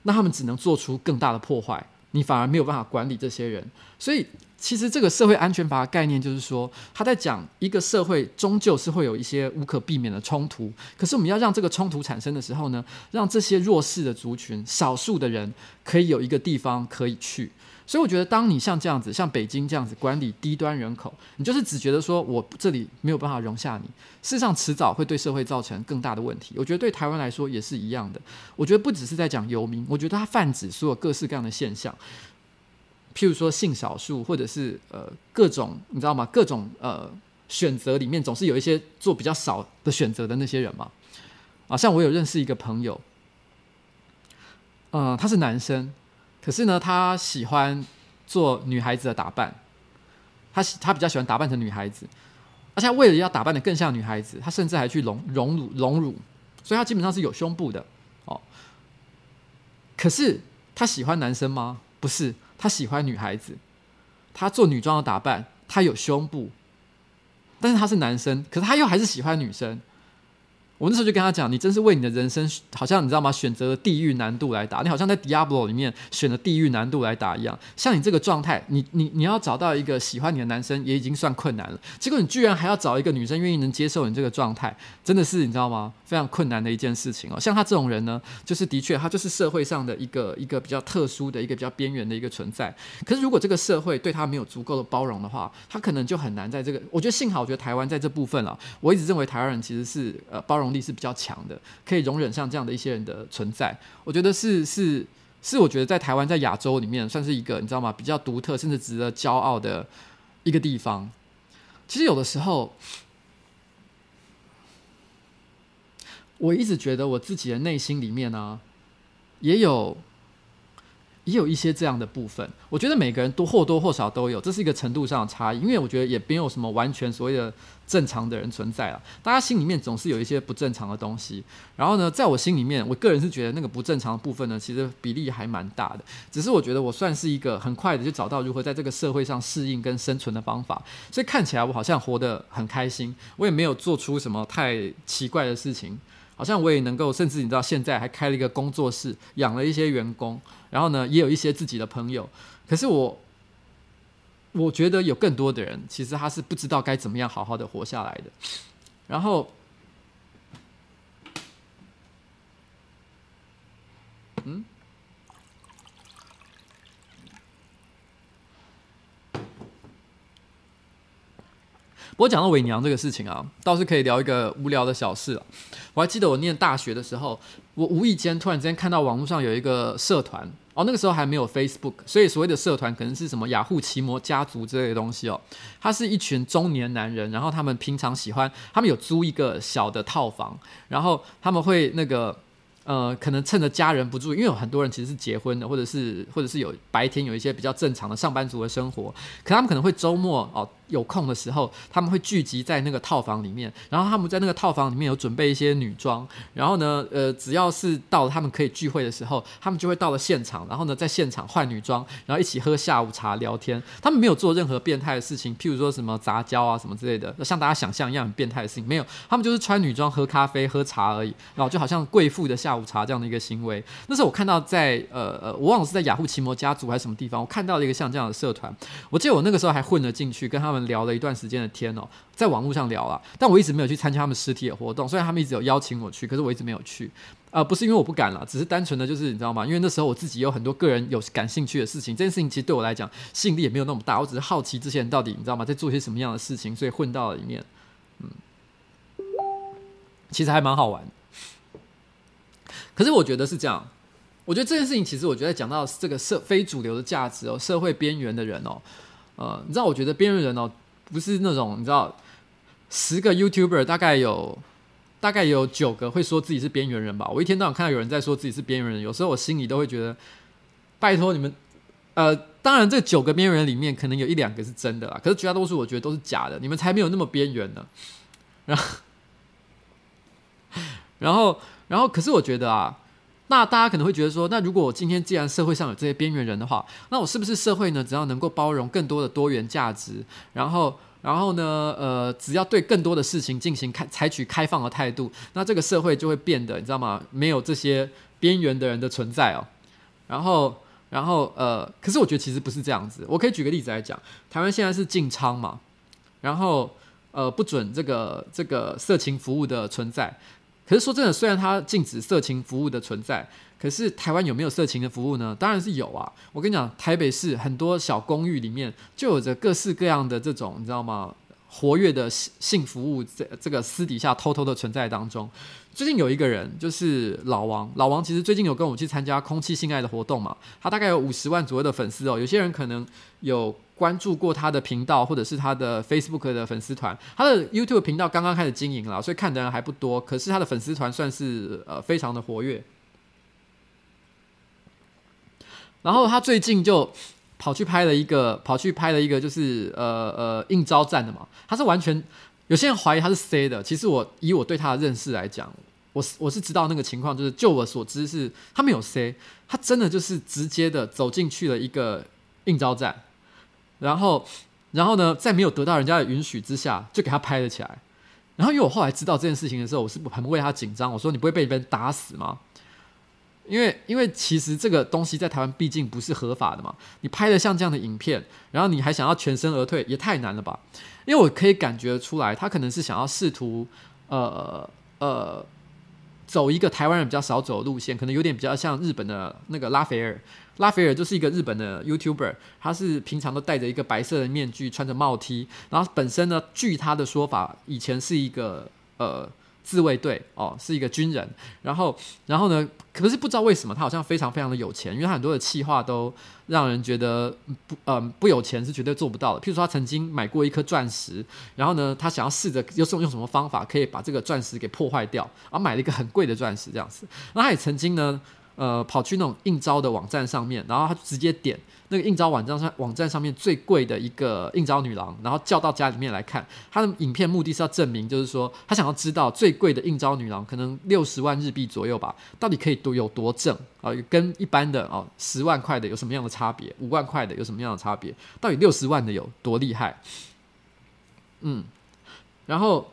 那他们只能做出更大的破坏，你反而没有办法管理这些人。所以其实这个社会安全法的概念就是说，他在讲一个社会终究是会有一些无可避免的冲突，可是我们要让这个冲突产生的时候呢，让这些弱势的族群、少数的人可以有一个地方可以去。所以我觉得当你像这样子，像北京这样子管理低端人口，你就是只觉得说我这里没有办法容下你，事实上迟早会对社会造成更大的问题。我觉得对台湾来说也是一样的，我觉得不只是在讲游民，我觉得它泛指所有各式各样的现象，譬如说性少数，或者是各种你知道吗？各种选择里面总是有一些做比较少的选择的那些人嘛。像我有认识一个朋友，他是男生。可是呢，他喜欢做女孩子的打扮，他比较喜欢打扮成女孩子，而且他为了要打扮得更像女孩子，他甚至还去隆乳，所以他基本上是有胸部的哦。可是他喜欢男生吗？不是，他喜欢女孩子，他做女装的打扮，他有胸部，但是他是男生，可是他又还是喜欢女生。我那时候就跟他讲，你真是为你的人生好像你知道吗？选择了地狱难度来打，你好像在 Diablo 里面选了地狱难度来打一样。像你这个状态，你要找到一个喜欢你的男生也已经算困难了，结果你居然还要找一个女生愿意能接受你这个状态，真的是你知道吗？非常困难的一件事情哦。像他这种人呢，就是的确他就是社会上的一个比较特殊的一个比较边缘的一个存在。可是如果这个社会对他没有足够的包容的话，他可能就很难在这个。我觉得幸好，我觉得台湾在这部分我一直认为台湾人其实是包容力是比较强的，可以容忍像这样的一些人的存在。我觉得是我觉得在台湾在亚洲里面算是一个你知道吗？比较独特甚至值得骄傲的一个地方。其实有的时候，我一直觉得我自己的内心里面也有一些这样的部分。我觉得每个人或多或少都有，这是一个程度上的差异。因为我觉得也没有什么完全所谓的正常的人存在了，大家心里面总是有一些不正常的东西。然后呢，在我心里面，我个人是觉得那个不正常的部分呢，其实比例还蛮大的。只是我觉得我算是一个很快的就找到如何在这个社会上适应跟生存的方法，所以看起来我好像活得很开心，我也没有做出什么太奇怪的事情。好像我也能够，甚至你知道，现在还开了一个工作室，养了一些员工，然后呢，也有一些自己的朋友。可是我觉得有更多的人，其实他是不知道该怎么样好好的活下来的。然后，不过讲到伪娘这个事情倒是可以聊一个无聊的小事了。我还记得我念大学的时候，我无意间突然之间看到网络上有一个社团那个时候还没有 Facebook， 所以所谓的社团可能是什么雅虎奇摩家族之类的东西它是一群中年男人，然后他们平常他们有租一个小的套房，然后他们会可能趁着家人不注意，因为有很多人其实是结婚的，或者是有白天有一些比较正常的上班族的生活，可他们可能会周末有空的时候，他们会聚集在那个套房里面，然后他们在那个套房里面有准备一些女装，然后呢，只要是到了他们可以聚会的时候，他们就会到了现场，然后呢，在现场换女装，然后一起喝下午茶聊天。他们没有做任何变态的事情，譬如说什么杂交什么之类的，像大家想象一样很变态的事情，没有，他们就是穿女装喝咖啡喝茶而已，然后就好像贵妇的下午茶这样的一个行为。那时候我看到在我忘了是在雅虎奇摩家族还是什么地方，我看到了一个像这样的社团。我记得我那个时候还混了进去，跟他们聊了一段时间的天在网络上聊啦，但我一直没有去参加他们实体的活动，虽然他们一直有邀请我去，可是我一直没有去。不是因为我不敢啦，只是单纯的就是你知道吗？因为那时候我自己有很多个人有感兴趣的事情，这件事情其实对我来讲吸引力也没有那么大，我只是好奇这些人到底你知道吗，在做些什么样的事情，所以混到了里面。其实还蛮好玩。可是我觉得是这样，我觉得这件事情其实我觉得讲到这个非主流的价值社会边缘的人你知道，我觉得边缘人不是那种你知道10个 YouTuber 大概有9个会说自己是边缘人吧。我一天到晚看到有人在说自己是边缘人，有时候我心里都会觉得，拜托你们，当然这9个边缘人里面可能有1-2个是真的啦，可是绝大多数我觉得都是假的，你们才没有那么边缘呢。然后，可是我觉得那大家可能会觉得说，那如果我今天既然社会上有这些边缘人的话，那我是不是社会呢？只要能够包容更多的多元价值，然后呢，只要对更多的事情采取开放的态度，那这个社会就会变得，你知道吗？没有这些边缘的人的存在可是我觉得其实不是这样子。我可以举个例子来讲，台湾现在是禁娼嘛，然后不准这个色情服务的存在。可是说真的，虽然它禁止色情服务的存在，可是台湾有没有色情的服务呢？当然是有啊。我跟你讲，台北市很多小公寓里面就有着各式各样的这种，你知道吗？活跃的性服务，这个私底下偷偷的存在当中。最近有一个人就是老王其实最近有跟我们去参加空气性爱的活动嘛，他大概有50万左右的粉丝哦。有些人可能有关注过他的频道，或者是他的 Facebook 的粉丝团。他的 YouTube 频道刚刚开始经营了，所以看的人还不多，可是他的粉丝团算是非常的活跃。然后他最近就跑去拍了一个就是应招站的嘛，他是完全有些人怀疑他是 C 的，其实以我对他的认识来讲，我是知道那个情况，就是就我所知是他没有 C， 他真的就是直接的走进去了一个应招站，然后呢，在没有得到人家的允许之下，就给他拍了起来。然后因为我后来知道这件事情的时候，我是很为他紧张，我说你不会被别人打死吗？因为其实这个东西在台湾毕竟不是合法的嘛，你拍了像这样的影片，然后你还想要全身而退，也太难了吧？因为我可以感觉出来，他可能是想要试图走一个台湾人比较少走的路线，可能有点比较像日本的那个拉斐尔就是一个日本的 YouTuber， 他是平常都戴着一个白色的面具，穿着帽 T， 然后本身呢，据他的说法，以前是一个自卫队哦，是一个军人。然后呢，可是不知道为什么他好像非常非常的有钱，因为他很多的企划都让人觉得不有钱是绝对做不到的。譬如说他曾经买过一颗钻石，然后呢，他想要试着用什么方法可以把这个钻石给破坏掉，然后买了一个很贵的钻石这样子。那他也曾经呢跑去那种应招的网站上面，然后他直接点那个应招网站上面最贵的一个应招女郎，然后叫到家里面来看。他的影片目的是要证明，就是说他想要知道最贵的应招女郎可能60万日币左右吧，到底可以有多正啊？跟一般的10万块的有什么样的差别？5万块的有什么样的差别？到底60万的有多厉害？然后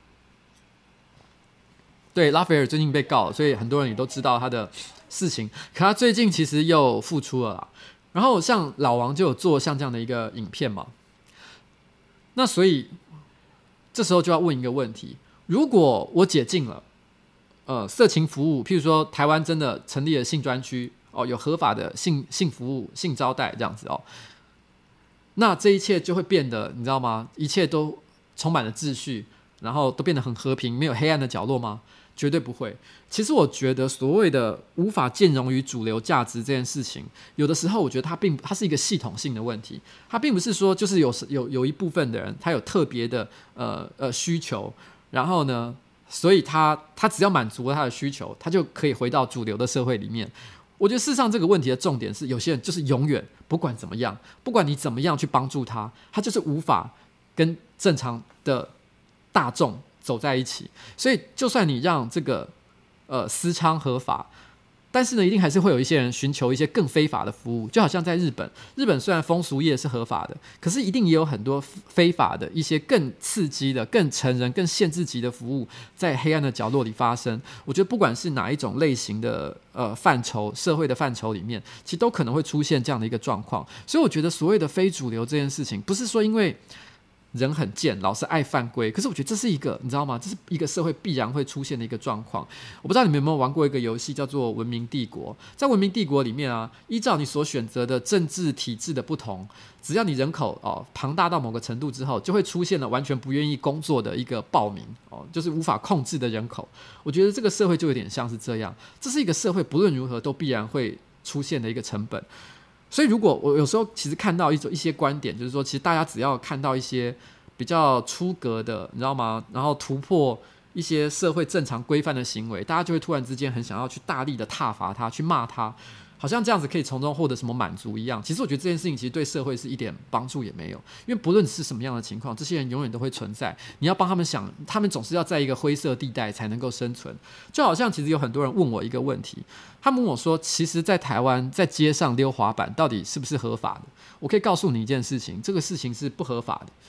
对拉斐尔最近被告了，所以很多人也都知道他的事情。可他最近其实又复出了啦。然后像老王就有做像这样的一个影片嘛，那所以这时候就要问一个问题：如果我解禁了色情服务，譬如说台湾真的成立了性专区有合法的性服务、性招待这样子那这一切就会变得你知道吗？一切都充满了秩序，然后都变得很和平，没有黑暗的角落吗？绝对不会。其实我觉得所谓的无法兼容于主流价值这件事情，有的时候我觉得它是一个系统性的问题，它并不是说就是有一部分的人他有特别的需求，然后呢，所以他只要满足了他的需求，他就可以回到主流的社会里面。我觉得事实上这个问题的重点是，有些人就是永远不管怎么样，不管你怎么样去帮助他，他就是无法跟正常的大众走在一起。所以就算你让这个私娼合法，但是呢，一定还是会有一些人寻求一些更非法的服务。就好像在日本虽然风俗业是合法的，可是一定也有很多非法的一些更刺激的、更成人、更限制级的服务在黑暗的角落里发生。我觉得不管是哪一种类型的范畴，社会的范畴里面，其实都可能会出现这样的一个状况。所以我觉得所谓的非主流这件事情，不是说因为人很贱，老是爱犯规。可是我觉得这是一个，你知道吗？这是一个社会必然会出现的一个状况。我不知道你们有没有玩过一个游戏叫做《文明帝国》。在《文明帝国》里面啊，依照你所选择的政治体制的不同，只要你人口庞大到某个程度之后，就会出现了完全不愿意工作的一个暴民就是无法控制的人口。我觉得这个社会就有点像是这样，这是一个社会不论如何都必然会出现的一个成本。所以如果我有时候其实看到一些观点，就是说其实大家只要看到一些比较出格的，你知道吗？然后突破一些社会正常规范的行为，大家就会突然之间很想要去大力的挞伐他，去骂他，好像这样子可以从中获得什么满足一样。其实我觉得这件事情其实对社会是一点帮助也没有，因为不论是什么样的情况，这些人永远都会存在。你要帮他们想，他们总是要在一个灰色地带才能够生存。就好像其实有很多人问我一个问题，他们问我说，其实在台湾在街上溜滑板到底是不是合法的？我可以告诉你一件事情，这个事情是不合法的。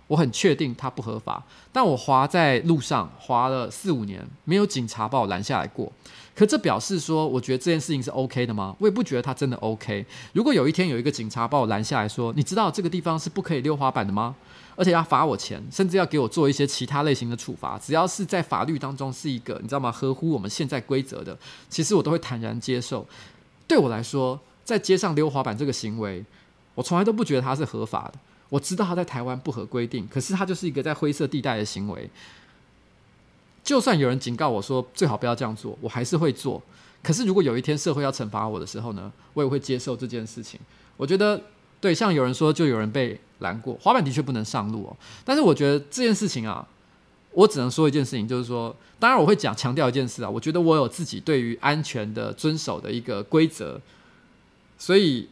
我很确定它不合法，但我滑在路上滑了4-5年，没有警察把我拦下来过。可这表示说，我觉得这件事情是 OK 的吗？我也不觉得它真的 OK。如果有一天有一个警察把我拦下来说，你知道这个地方是不可以溜滑板的吗？而且要罚我钱，甚至要给我做一些其他类型的处罚，只要是在法律当中是一个你知道吗，合乎我们现在规则的，其实我都会坦然接受。对我来说，在街上溜滑板这个行为，我从来都不觉得它是合法的。我知道它在台湾不合规定，可是它就是一个在灰色地带的行为。就算有人警告我说最好不要这样做，我还是会做。可是如果有一天社会要惩罚我的时候呢，我也会接受这件事情。我觉得对，像有人说就有人被拦过，滑板的确不能上路哦。但是我觉得这件事情啊，我只能说一件事情，就是说，当然我会强调一件事啊，我觉得我有自己对于安全的遵守的一个规则，所以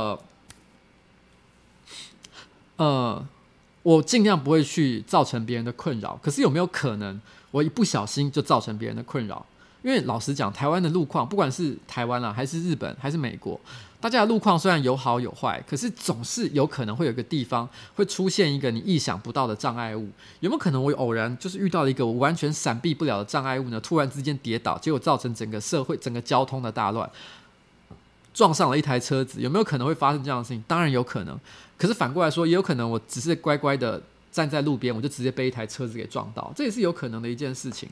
我尽量不会去造成别人的困扰。可是有没有可能我一不小心就造成别人的困扰？因为老实讲，台湾的路况，不管是台湾啦，还是日本，还是美国，大家的路况虽然有好有坏，可是总是有可能会有一个地方会出现一个你意想不到的障碍物。有没有可能我偶然就是遇到了一个我完全闪避不了的障碍物呢？突然之间跌倒，结果造成整个社会、整个交通的大乱，撞上了一台车子。有没有可能会发生这样的事情？当然有可能。可是反过来说，也有可能我只是乖乖的站在路边，我就直接被一台车子给撞到，这也是有可能的一件事情。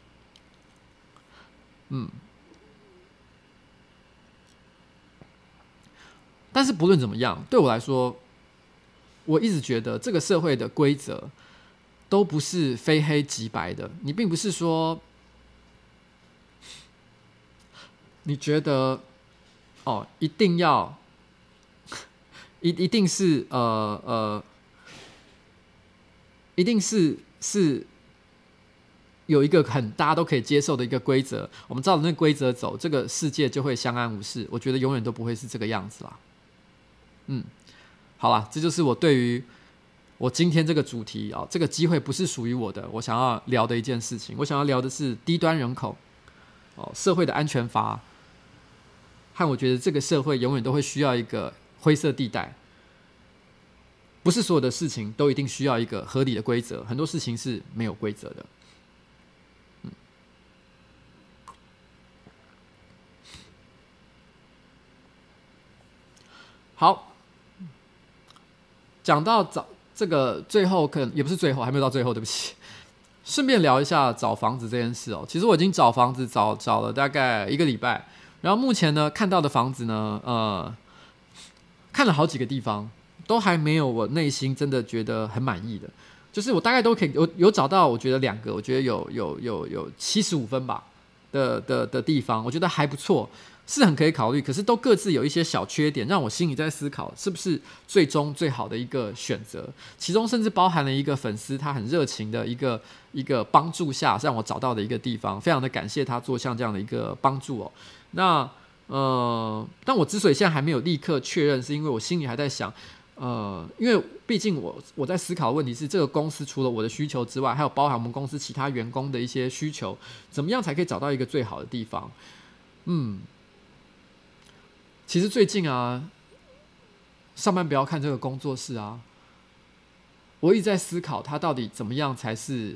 但是不论怎么样，对我来说，我一直觉得这个社会的规则都不是非黑即白的。你并不是说，你觉得一定要，一定是一定是有一个大家都可以接受的一个规则，我们照着那个规则走，这个世界就会相安无事。我觉得永远都不会是这个样子啦。好啦，这就是我对于我今天这个主题这个机会不是属于我的，我想要聊的一件事情。我想要聊的是低端人口社会的安全阀，和我觉得这个社会永远都会需要一个灰色地带。不是所有的事情都一定需要一个合理的规则，很多事情是没有规则的。好，讲到这个最后，可能也不是最后，还没有到最后，对不起。顺便聊一下找房子这件事哦。其实我已经找房子找了大概1个礼拜，然后目前呢看到的房子呢，看了好几个地方，都还没有我内心真的觉得很满意的。就是我大概都可以有找到，我觉得2个，我觉得有75分吧的地方，我觉得还不错。是很可以考虑，可是都各自有一些小缺点，让我心里在思考是不是最终最好的一个选择。其中甚至包含了一个粉丝他很热情的一个帮助下，让我找到的一个地方，非常的感谢他做像这样的一个帮助哦。那但我之所以现在还没有立刻确认，是因为我心里还在想，因为毕竟我在思考的问题是，这个公司除了我的需求之外，还有包含我们公司其他员工的一些需求，怎么样才可以找到一个最好的地方？其实最近啊，上班不要看这个工作室啊，我一直在思考，它到底怎么样才是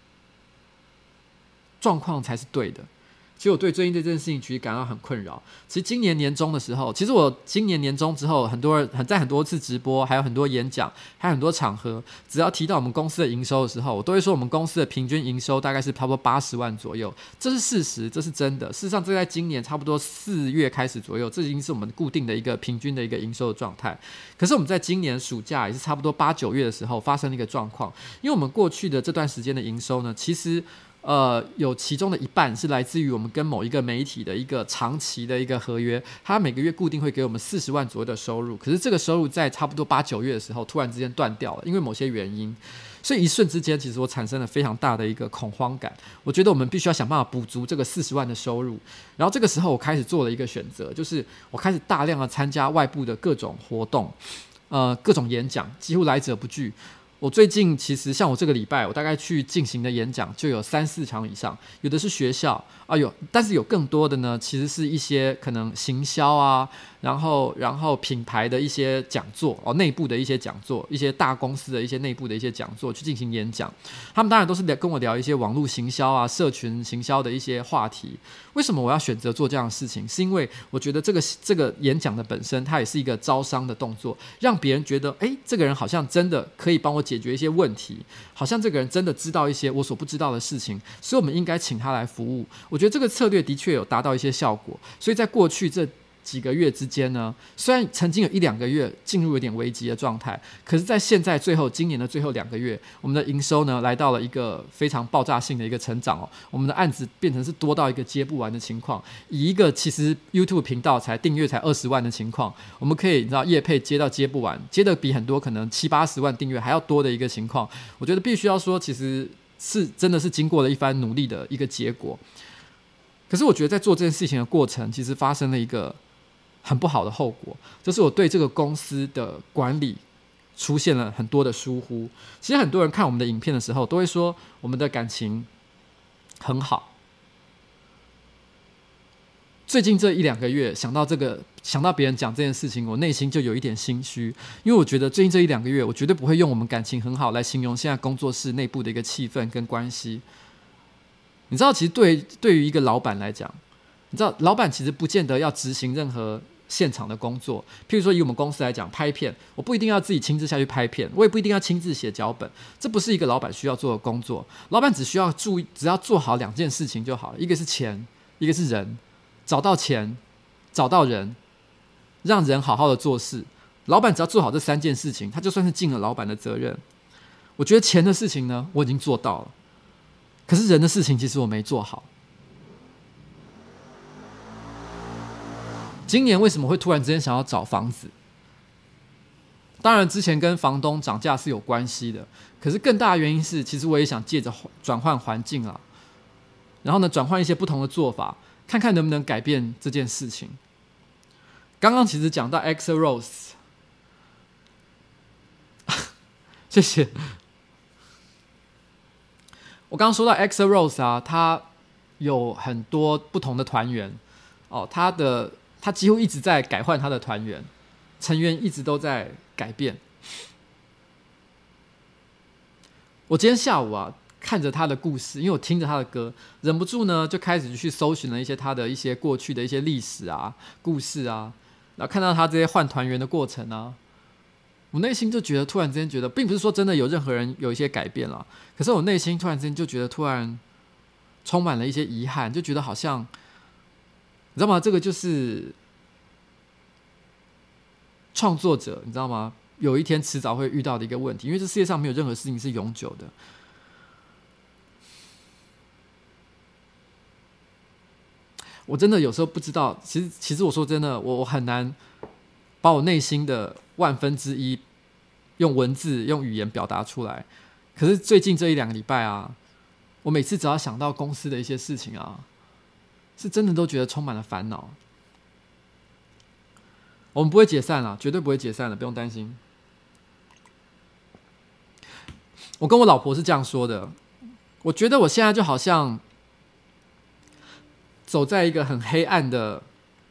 状况才是对的。其实我对最近这件事情其实感到很困扰。其实今年年中的时候，其实我今年年中之后，在很多次直播，还有很多演讲，还有很多场合，只要提到我们公司的营收的时候，我都会说我们公司的平均营收大概是差不多80万左右，这是事实，这是真的。事实上，这在今年差不多4月开始左右，这已经是我们固定的一个平均的一个营收的状态。可是我们在今年暑假也是差不多8、9月的时候发生了一个状况，因为我们过去的这段时间的营收呢，其实有其中的一半是来自于我们跟某一个媒体的一个长期的一个合约，它每个月固定会给我们40万左右的收入，可是这个收入在差不多8、9月的时候突然之间断掉了，因为某些原因，所以一瞬之间其实我产生了非常大的一个恐慌感。我觉得我们必须要想办法补足这个40万的收入，然后这个时候我开始做了一个选择，就是我开始大量的参加外部的各种活动，各种演讲，几乎来者不拒。我最近其实像我这个礼拜，我大概去进行的演讲就有3、4场以上，有的是学校啊，但是有更多的呢，其实是一些可能行销啊， 然后品牌的一些讲座内部的一些讲座，一些大公司的一些内部的一些讲座去进行演讲。他们当然都是跟我聊一些网络行销啊、社群行销的一些话题。为什么我要选择做这样的事情？是因为我觉得这个演讲的本身，它也是一个招商的动作，让别人觉得，这个人好像真的可以帮我解决一些问题，好像这个人真的知道一些我所不知道的事情，所以我们应该请他来服务。我觉得这个策略的确有达到一些效果，所以在过去这几个月之间呢，虽然曾经有1-2个月进入有点危机的状态，可是在现在今年的最后2个月，我们的营收呢来到了一个非常爆炸性的一个成长我们的案子变成是多到一个接不完的情况，以一个其实 YouTube 频道订阅才20万的情况，我们可以你知道业配接不完，接的比很多可能70-80万订阅还要多的一个情况，我觉得必须要说其实是真的是经过了一番努力的一个结果。可是我觉得在做这件事情的过程，其实发生了一个很不好的后果，就是我对这个公司的管理出现了很多的疏忽。其实很多人看我们的影片的时候，都会说我们的感情很好。最近这1-2个月，想到别人讲这件事情，我内心就有一点心虚，因为我觉得最近这1-2个月，我绝对不会用我们感情很好来形容现在工作室内部的一个气氛跟关系。你知道，其实对于一个老板来讲，你知道，老板其实不见得要执行任何现场的工作。譬如说，以我们公司来讲，拍片，我不一定要自己亲自下去拍片，我也不一定要亲自写脚本，这不是一个老板需要做的工作。老板只要做好2件事情就好了，一个是钱，一个是人。找到钱，找到人，让人好好的做事。老板只要做好这3件事情，他就算是尽了老板的责任。我觉得钱的事情呢，我已经做到了，可是人的事情其实我没做好。今年为什么会突然之间想要找房子？当然之前跟房东涨价是有关系的，可是更大的原因是，其实我也想借着转换环境啦，然后呢转换一些不同的做法，看看能不能改变这件事情。刚刚其实讲到 Axl Rose 谢谢。我刚刚说到 Axl Rose 啊，他有很多不同的团员他几乎一直在改换他的团员，成员一直都在改变。我今天下午啊，看着他的故事，因为我听着他的歌，忍不住呢就开始去搜寻了一些他的一些过去的一些历史啊、故事啊，然后看到他这些换团员的过程啊，我内心就觉得突然之间觉得，并不是说真的有任何人有一些改变啦，可是我内心突然之间就觉得突然充满了一些遗憾，就觉得好像你知道吗？这个就是创作者，你知道吗？有一天迟早会遇到的一个问题，因为这世界上没有任何事情是永久的。我真的有时候不知道，其实我说真的，我很难把我内心的1/1000用文字、用语言表达出来。可是最近这1-2个礼拜啊，我每次只要想到公司的一些事情啊，是真的都觉得充满了烦恼。我们不会解散了，绝对不会解散了，不用担心。我跟我老婆是这样说的，我觉得我现在就好像走在一个很黑暗的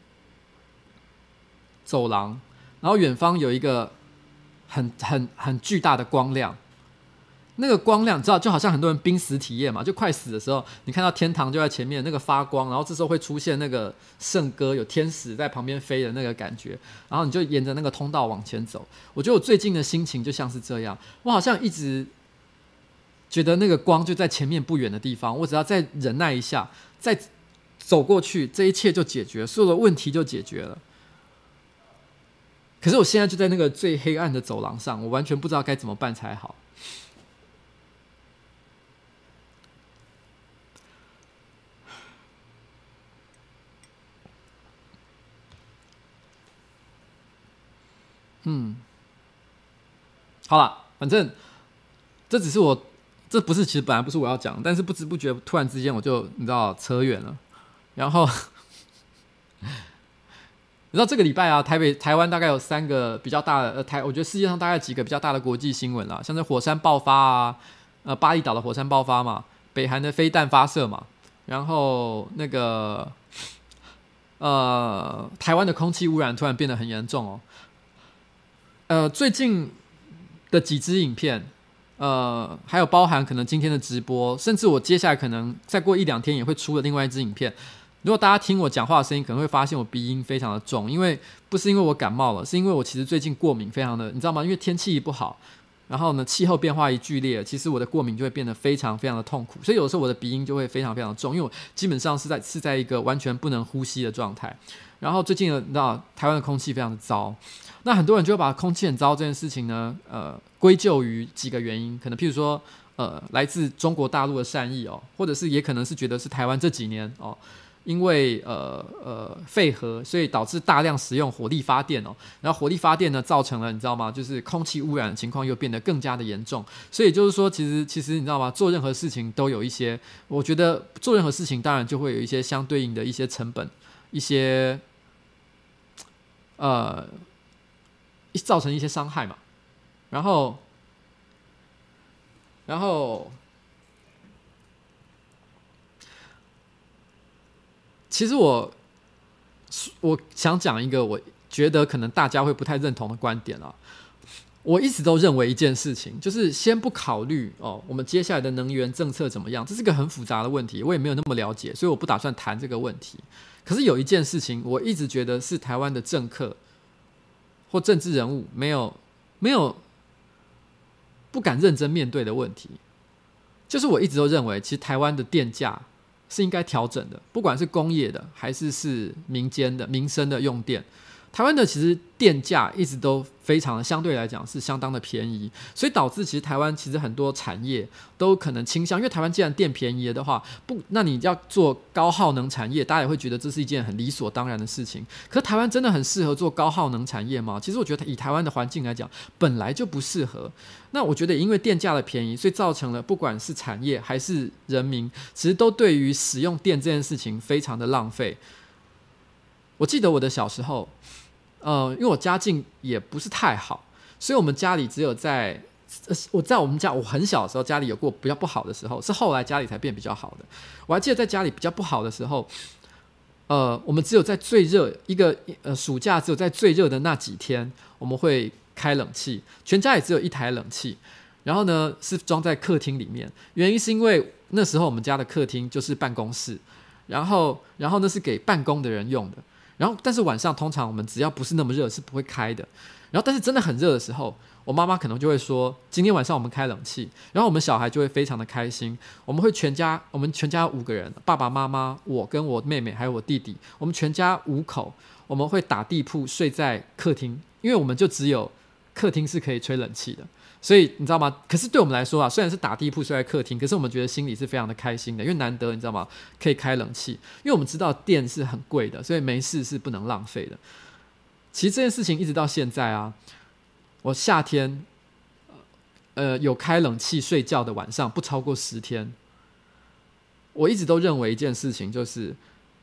走廊，然后远方有一个很巨大的光亮。那个光亮，你知道，就好像很多人濒死体验嘛，就快死的时候，你看到天堂就在前面，那个发光，然后这时候会出现那个圣歌，有天使在旁边飞的那个感觉，然后你就沿着那个通道往前走。我觉得我最近的心情就像是这样，我好像一直觉得那个光就在前面不远的地方，我只要再忍耐一下，再走过去，这一切就解决，所有的问题就解决了。可是我现在就在那个最黑暗的走廊上，我完全不知道该怎么办才好。好啦，反正这不是，其实本来不是我要讲，但是不知不觉突然之间我就你知道扯远了。然后你知道这个礼拜啊，台湾大概有3个比较大的我觉得世界上大概几个比较大的国际新闻啦，像是火山爆发啊，巴厘岛的火山爆发嘛，北韩的飞弹发射嘛，然后那个台湾的空气污染突然变得很严重最近的几支影片，还有包含可能今天的直播，甚至我接下来可能再过1-2天也会出的另外一支影片。如果大家听我讲话的声音，可能会发现我鼻音非常的重，因为不是因为我感冒了，是因为我其实最近过敏非常的，你知道吗？因为天气不好，然后呢气候变化一剧烈，其实我的过敏就会变得非常非常的痛苦，所以有时候我的鼻音就会非常非常的重，因为我基本上是在一个完全不能呼吸的状态。然后最近你知道台湾的空气非常的糟，那很多人就会把空气很糟这件事情呢，归咎于几个原因，可能譬如说来自中国大陆的善意或者是也可能是觉得是台湾这几年因为废核，所以导致大量使用火力发电然后火力发电呢造成了你知道吗？就是空气污染的情况又变得更加的严重。所以就是说，其实你知道吗？做任何事情都有一些，我觉得做任何事情当然就会有一些相对应的一些成本，一些造成一些伤害嘛。然后其实我想讲一个我觉得可能大家会不太认同的观点啊。我一直都认为一件事情，就是先不考虑我们接下来的能源政策怎么样，这是个很复杂的问题，我也没有那么了解，所以我不打算谈这个问题。可是有一件事情，我一直觉得是台湾的政客或政治人物没有不敢认真面对的问题，就是我一直都认为，其实台湾的电价是应该调整的，不管是工业的还是民间的民生的用电，台湾的其实电价一直都非常的相对来讲是相当的便宜，所以导致其实台湾其实很多产业都可能倾向，因为台湾既然电便宜的话，那你要做高耗能产业，大家也会觉得这是一件很理所当然的事情。可是台湾真的很适合做高耗能产业吗？其实我觉得以台湾的环境来讲，本来就不适合。那我觉得因为电价的便宜，所以造成了不管是产业还是人民，其实都对于使用电这件事情非常的浪费。我记得我的小时候因为我家境也不是太好，所以我们家里只有在我们家我很小的时候家里有过比较不好的时候，是后来家里才变比较好的。我还记得在家里比较不好的时候，我们只有在最热暑假只有在最热的那几天我们会开冷气，全家也只有一台冷气，然后呢是装在客厅里面，原因是因为那时候我们家的客厅就是办公室，然后那是给办公的人用的。然后但是晚上通常我们只要不是那么热是不会开的，然后但是真的很热的时候，我妈妈可能就会说今天晚上我们开冷气，然后我们小孩就会非常的开心。我们全家5个人，爸爸妈妈我跟我妹妹还有我弟弟，我们全家5口，我们会打地铺睡在客厅，因为我们就只有客厅是可以吹冷气的，所以你知道吗？可是对我们来说虽然是打地铺睡在客厅，可是我们觉得心里是非常的开心的，因为难得你知道吗？可以开冷气，因为我们知道电是很贵的，所以没事是不能浪费的。其实这件事情一直到现在我夏天有开冷气睡觉的晚上不超过10天。我一直都认为一件事情，就是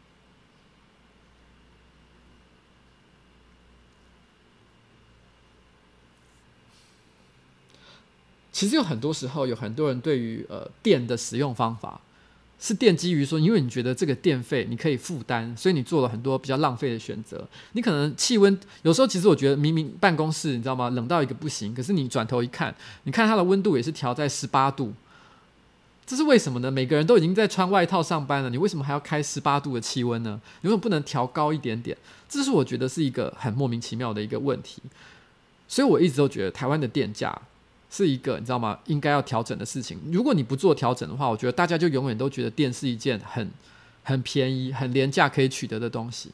其实有很多时候有很多人对于电的使用方法是奠基于说，因为你觉得这个电费你可以负担，所以你做了很多比较浪费的选择。你可能气温有时候其实我觉得明明办公室你知道吗，冷到一个不行，可是你转头一看，你看它的温度也是调在18度，这是为什么呢？每个人都已经在穿外套上班了，你为什么还要开18度的气温呢？你为什么不能调高一点点？这是我觉得是一个很莫名其妙的一个问题。所以我一直都觉得台湾的电价是一个你知道吗，应该要调整的事情。如果你不做调整的话，我觉得大家就永远都觉得电是一件很便宜很廉价可以取得的东西。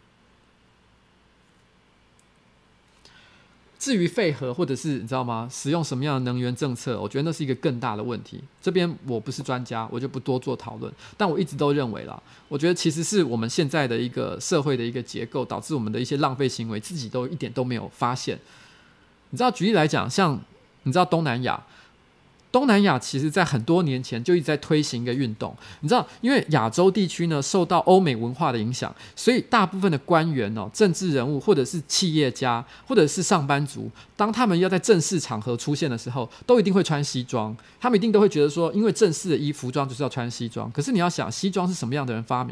至于废核或者是你知道吗，使用什么样的能源政策，我觉得那是一个更大的问题。这边我不是专家，我就不多做讨论。但我一直都认为啦，我觉得其实是我们现在的一个社会的一个结构，导致我们的一些浪费行为自己都一点都没有发现。你知道，举例来讲，像你知道东南亚其实在很多年前就一直在推行一个运动。你知道因为亚洲地区呢受到欧美文化的影响，所以大部分的官员政治人物或者是企业家或者是上班族，当他们要在正式场合出现的时候，都一定会穿西装。他们一定都会觉得说，因为正式的服装就是要穿西装。可是你要想，西装是什么样的人发明？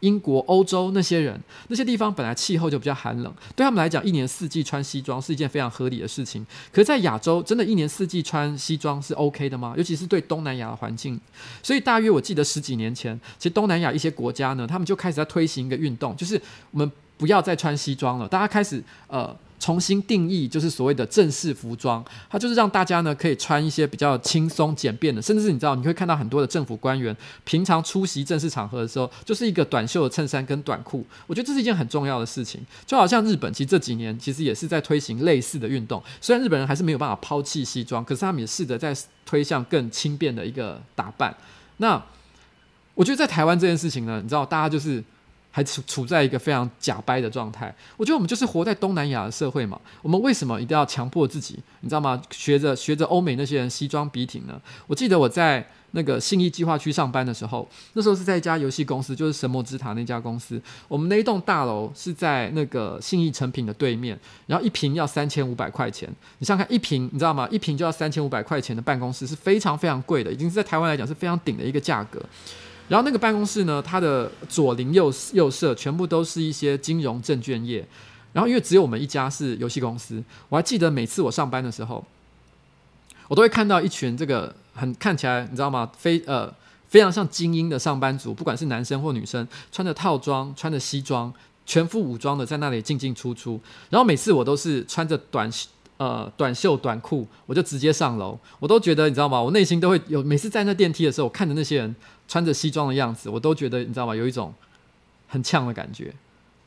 英国、欧洲那些人，那些地方本来气候就比较寒冷，对他们来讲，一年四季穿西装是一件非常合理的事情。可是，在亚洲，真的一年四季穿西装是 OK 的吗？尤其是对东南亚的环境。所以，大约我记得10几年前，其实东南亚一些国家呢，他们就开始在推行一个运动，就是我们不要再穿西装了，大家开始重新定义，就是所谓的正式服装，它就是让大家呢可以穿一些比较轻松简便的，甚至是你知道你会看到很多的政府官员平常出席正式场合的时候，就是一个短袖的衬衫跟短裤。我觉得这是一件很重要的事情，就好像日本其实这几年其实也是在推行类似的运动，虽然日本人还是没有办法抛弃西装，可是他们也试着在推向更轻便的一个打扮。那我觉得在台湾这件事情呢，你知道大家就是还处在一个非常假掰的状态。我觉得我们就是活在东南亚的社会嘛，我们为什么一定要强迫自己，你知道吗？学着欧美那些人西装笔挺呢？我记得我在那个信义计划区上班的时候，那时候是在一家游戏公司，就是神魔之塔那家公司。我们那一栋大楼是在那个信义诚品的对面，然后一坪要3500块钱。你想想看，一坪你知道吗？一坪就要3500块钱的办公室是非常非常贵的，已经是在台湾来讲是非常顶的一个价格。然后那个办公室呢，它的左邻右舍全部都是一些金融证券业。然后因为只有我们一家是游戏公司，我还记得每次我上班的时候，我都会看到一群这个看起来你知道吗？非常像精英的上班族，不管是男生或女生，穿着套装、穿着西装、全副武装的在那里进进出出。然后每次我都是穿着短袖短裤，我就直接上楼。我都觉得你知道吗？我内心都会有，每次在那电梯的时候，我看着那些人穿着西装的样子，我都觉得你知道吗？有一种很呛的感觉。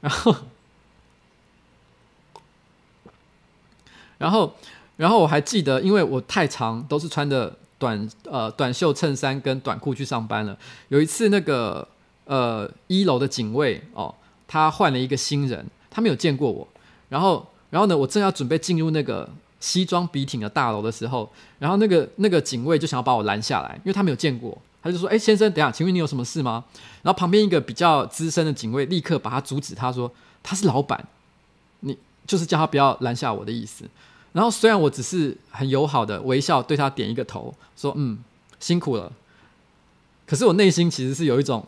然后我还记得，因为我太常都是穿着短袖衬衫跟短裤去上班了。有一次那个1楼的警卫他换了一个新人，他没有见过我。然后呢，我正要准备进入那个西装笔挺的大楼的时候，然后那个警卫就想要把我拦下来，因为他没有见过。他就说：“先生，等一下，请问你有什么事吗？”然后旁边一个比较资深的警卫立刻把他阻止，他说：“他是老板，你就是叫他不要拦下我的意思。”然后虽然我只是很友好的微笑对他点一个头，说：“辛苦了。”可是我内心其实是有一种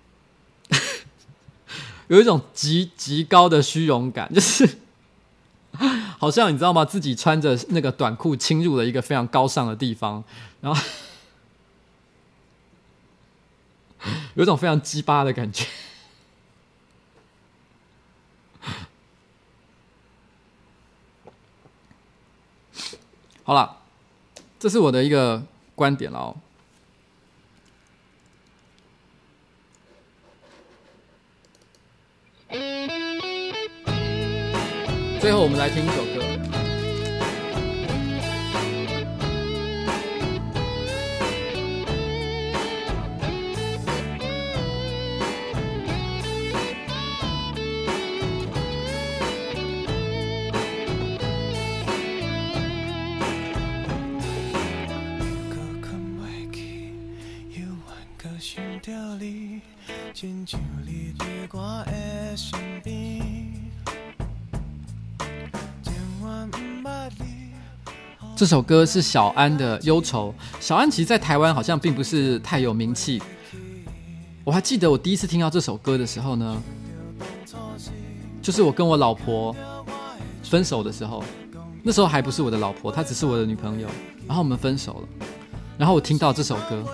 极高的虚荣感，就是好像你知道吗？自己穿着那个短裤侵入了一个非常高尚的地方，然后有一种非常鸡巴的感觉。好啦，这是我的一个观点了最后我们来听一首歌。这首歌是小安的《忧愁》。小安其实在台湾好像并不是太有名气。我还记得我第一次听到这首歌的时候呢，就是我跟我老婆分手的时候。那时候还不是我的老婆，她只是我的女朋友。然后我们分手了，然后我听到这首歌。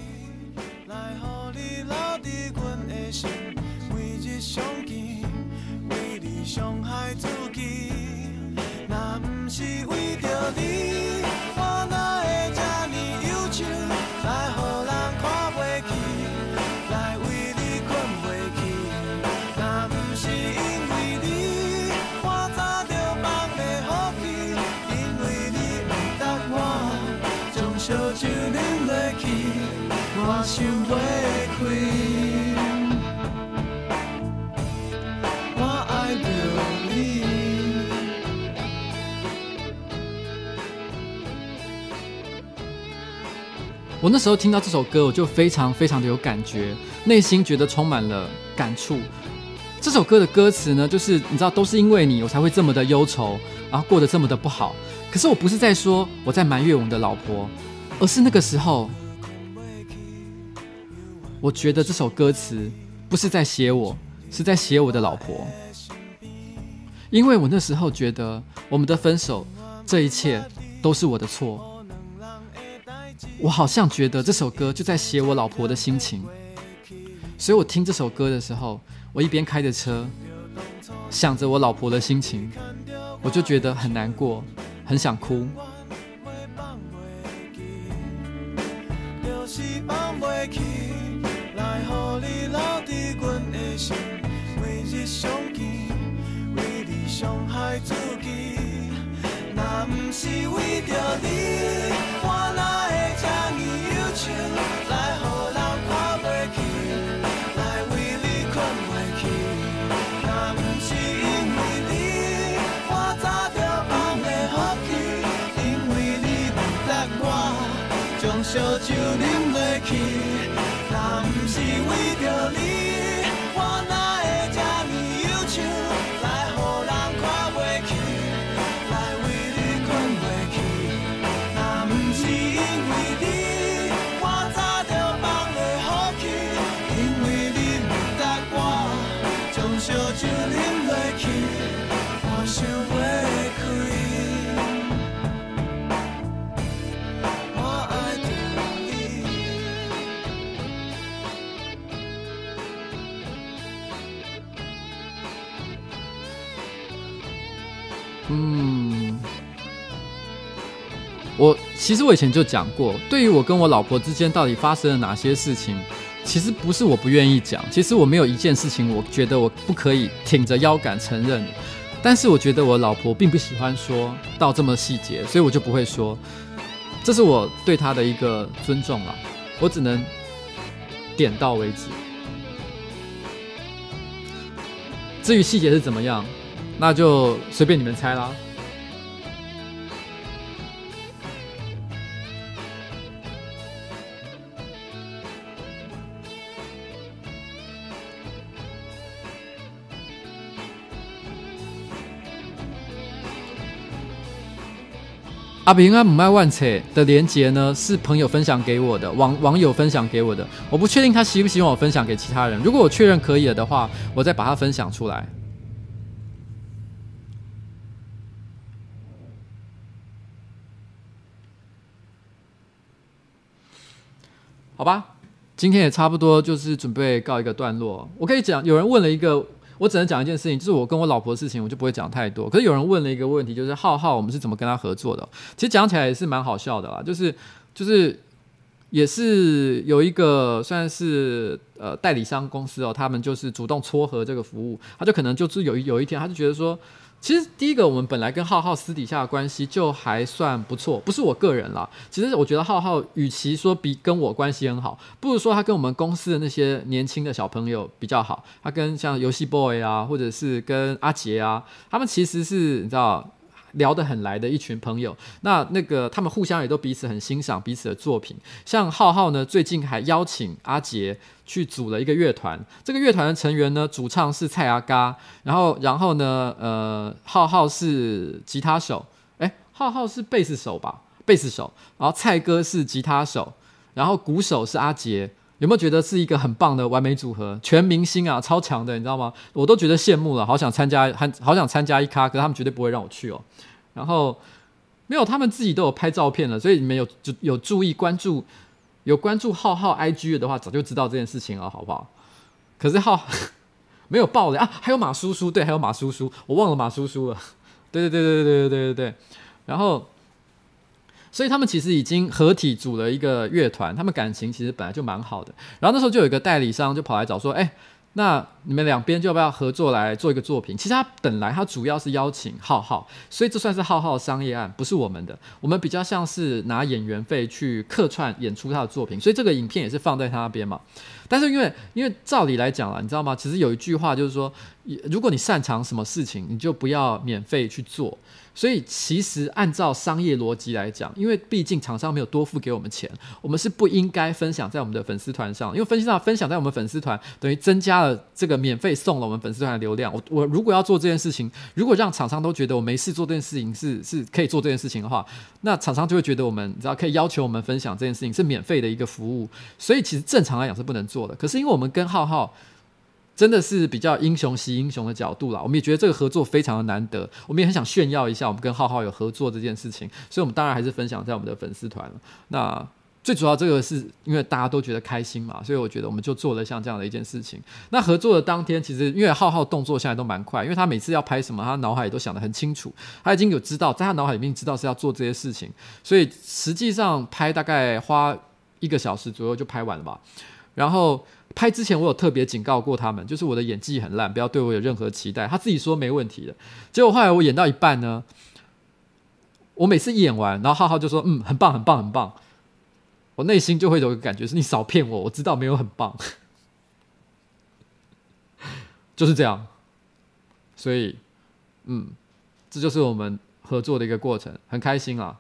我想袂开，我爱着你。我那时候听到这首歌，我就非常非常的有感觉，内心觉得充满了感触。这首歌的歌词呢，就是你知道，都是因为你，我才会这么的忧愁，然后过得这么的不好。可是我不是在说我在埋怨我的老婆，而是那个时候。我觉得这首歌词不是在写我，是在写我的老婆。因为我那时候觉得我们的分手，这一切都是我的错。我好像觉得这首歌就在写我老婆的心情，所以我听这首歌的时候，我一边开着车，想着我老婆的心情，我就觉得很难过，很想哭。 若不是为着你，我哪会这么忧愁，来予人看袂起，来为你困袂去。若不是因为你，我早就放下福气，因为你不答我，将烧酒啉落去。若不是为着你，我哪会这么忧愁，来予人看袂起。就啉落去，我想袂开，我爱着你。 其实我以前就讲过，对于我跟我老婆之间到底发生了哪些事情，其实不是我不愿意讲，其实我没有一件事情我觉得我不可以挺着腰杆承认的，但是我觉得我老婆并不喜欢说到这么细节，所以我就不会说，这是我对她的一个尊重啦，我只能点到为止。至于细节是怎么样，那就随便你们猜啦。阿平安母爱万切的连结呢，是朋友分享给我的，网友分享给我的，我不确定他希不希望我分享给其他人。如果我确认可以了的话，我再把它分享出来。好吧，今天也差不多就是准备告一个段落。我可以讲，有人问了一个。我只能讲一件事情，就是我跟我老婆的事情，我就不会讲太多。可是有人问了一个问题，就是浩浩我们是怎么跟他合作的？其实讲起来也是蛮好笑的啦，就是也是有一个算是代理商公司哦，他们就是主动撮合这个服务，他就可能就是有一天他就觉得说。其实第一个，我们本来跟浩浩私底下的关系就还算不错，不是我个人啦。其实我觉得浩浩与其说比跟我关系很好，不如说他跟我们公司的那些年轻的小朋友比较好。他跟像游戏 boy 啊，或者是跟阿杰啊，他们其实是你知道聊得很来的一群朋友。那个他们互相也都彼此很欣赏彼此的作品。像浩浩呢，最近还邀请阿杰去组了一个乐团，这个乐团的成员呢，主唱是蔡阿嘎，然后呢，浩浩是吉他手，浩浩是贝斯手吧，贝斯手，然后蔡哥是吉他手，然后鼓手是阿杰，有没有觉得是一个很棒的完美组合？全明星啊，超强的，你知道吗？我都觉得羡慕了，好想参加一咖，可是他们绝对不会让我去哦。然后没有，他们自己都有拍照片了，所以你们有注意关注浩浩 IG 的话，早就知道这件事情了，好不好？可是没有爆的啊，还有马叔叔，对，还有马叔叔，我忘了马叔叔了，对。然后，所以他们其实已经合体组了一个乐团，他们感情其实本来就蛮好的。然后那时候就有一个代理商就跑来找说，那你们两边就要不要合作来做一个作品？其实他主要是邀请浩浩，所以这算是浩浩的商业案，不是我们的。我们比较像是拿演员费去客串演出他的作品，所以这个影片也是放在他那边嘛。但是因为照理来讲啦，你知道吗？其实有一句话就是说，如果你擅长什么事情，你就不要免费去做。所以其实按照商业逻辑来讲，因为毕竟厂商没有多付给我们钱，我们是不应该分享在我们的粉丝团上，因为分享在我们粉丝团等于增加了这个免费送了我们粉丝团的流量。我如果要做这件事情，如果让厂商都觉得我没事做这件事情是可以做这件事情的话，那厂商就会觉得我们只要可以要求我们分享这件事情是免费的一个服务，所以其实正常来讲是不能做的。可是因为我们跟浩浩真的是比较英雄惜英雄的角度啦，我们也觉得这个合作非常的难得，我们也很想炫耀一下我们跟浩浩有合作这件事情，所以我们当然还是分享在我们的粉丝团了。那最主要这个是因为大家都觉得开心嘛，所以我觉得我们就做了像这样的一件事情。那合作的当天，其实因为浩浩动作现在都蛮快，因为他每次要拍什么，他脑海里都想得很清楚，他已经有知道，在他脑海里面知道是要做这些事情，所以实际上拍大概花1个小时左右就拍完了吧。然后拍之前我有特别警告过他们，就是我的演技很烂，不要对我有任何期待。他自己说没问题的，结果后来我演到一半呢，我每次演完，然后浩浩就说很棒很棒很棒，我内心就会有一个感觉是你少骗我，我知道没有很棒，就是这样。所以这就是我们合作的一个过程，很开心啊。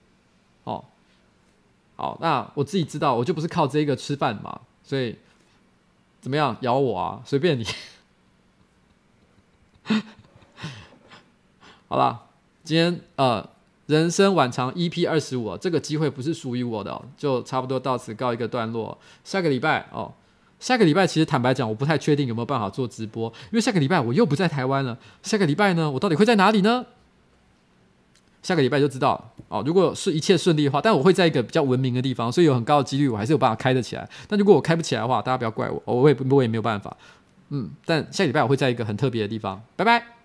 好，那我自己知道我就不是靠这个吃饭嘛，所以怎么样咬我啊，随便你。好啦，今天人生晚长 EP25、这个机会不是属于我的就差不多到此告一个段落。下个礼拜其实坦白讲我不太确定有没有办法做直播，因为下个礼拜我又不在台湾了。下个礼拜呢，我到底会在哪里呢？下个礼拜就知道了如果是一切顺利的话，但我会在一个比较文明的地方，所以有很高的几率我还是有办法开得起来。但如果我开不起来的话，大家不要怪我，我也没有办法。但下个礼拜我会在一个很特别的地方。拜拜。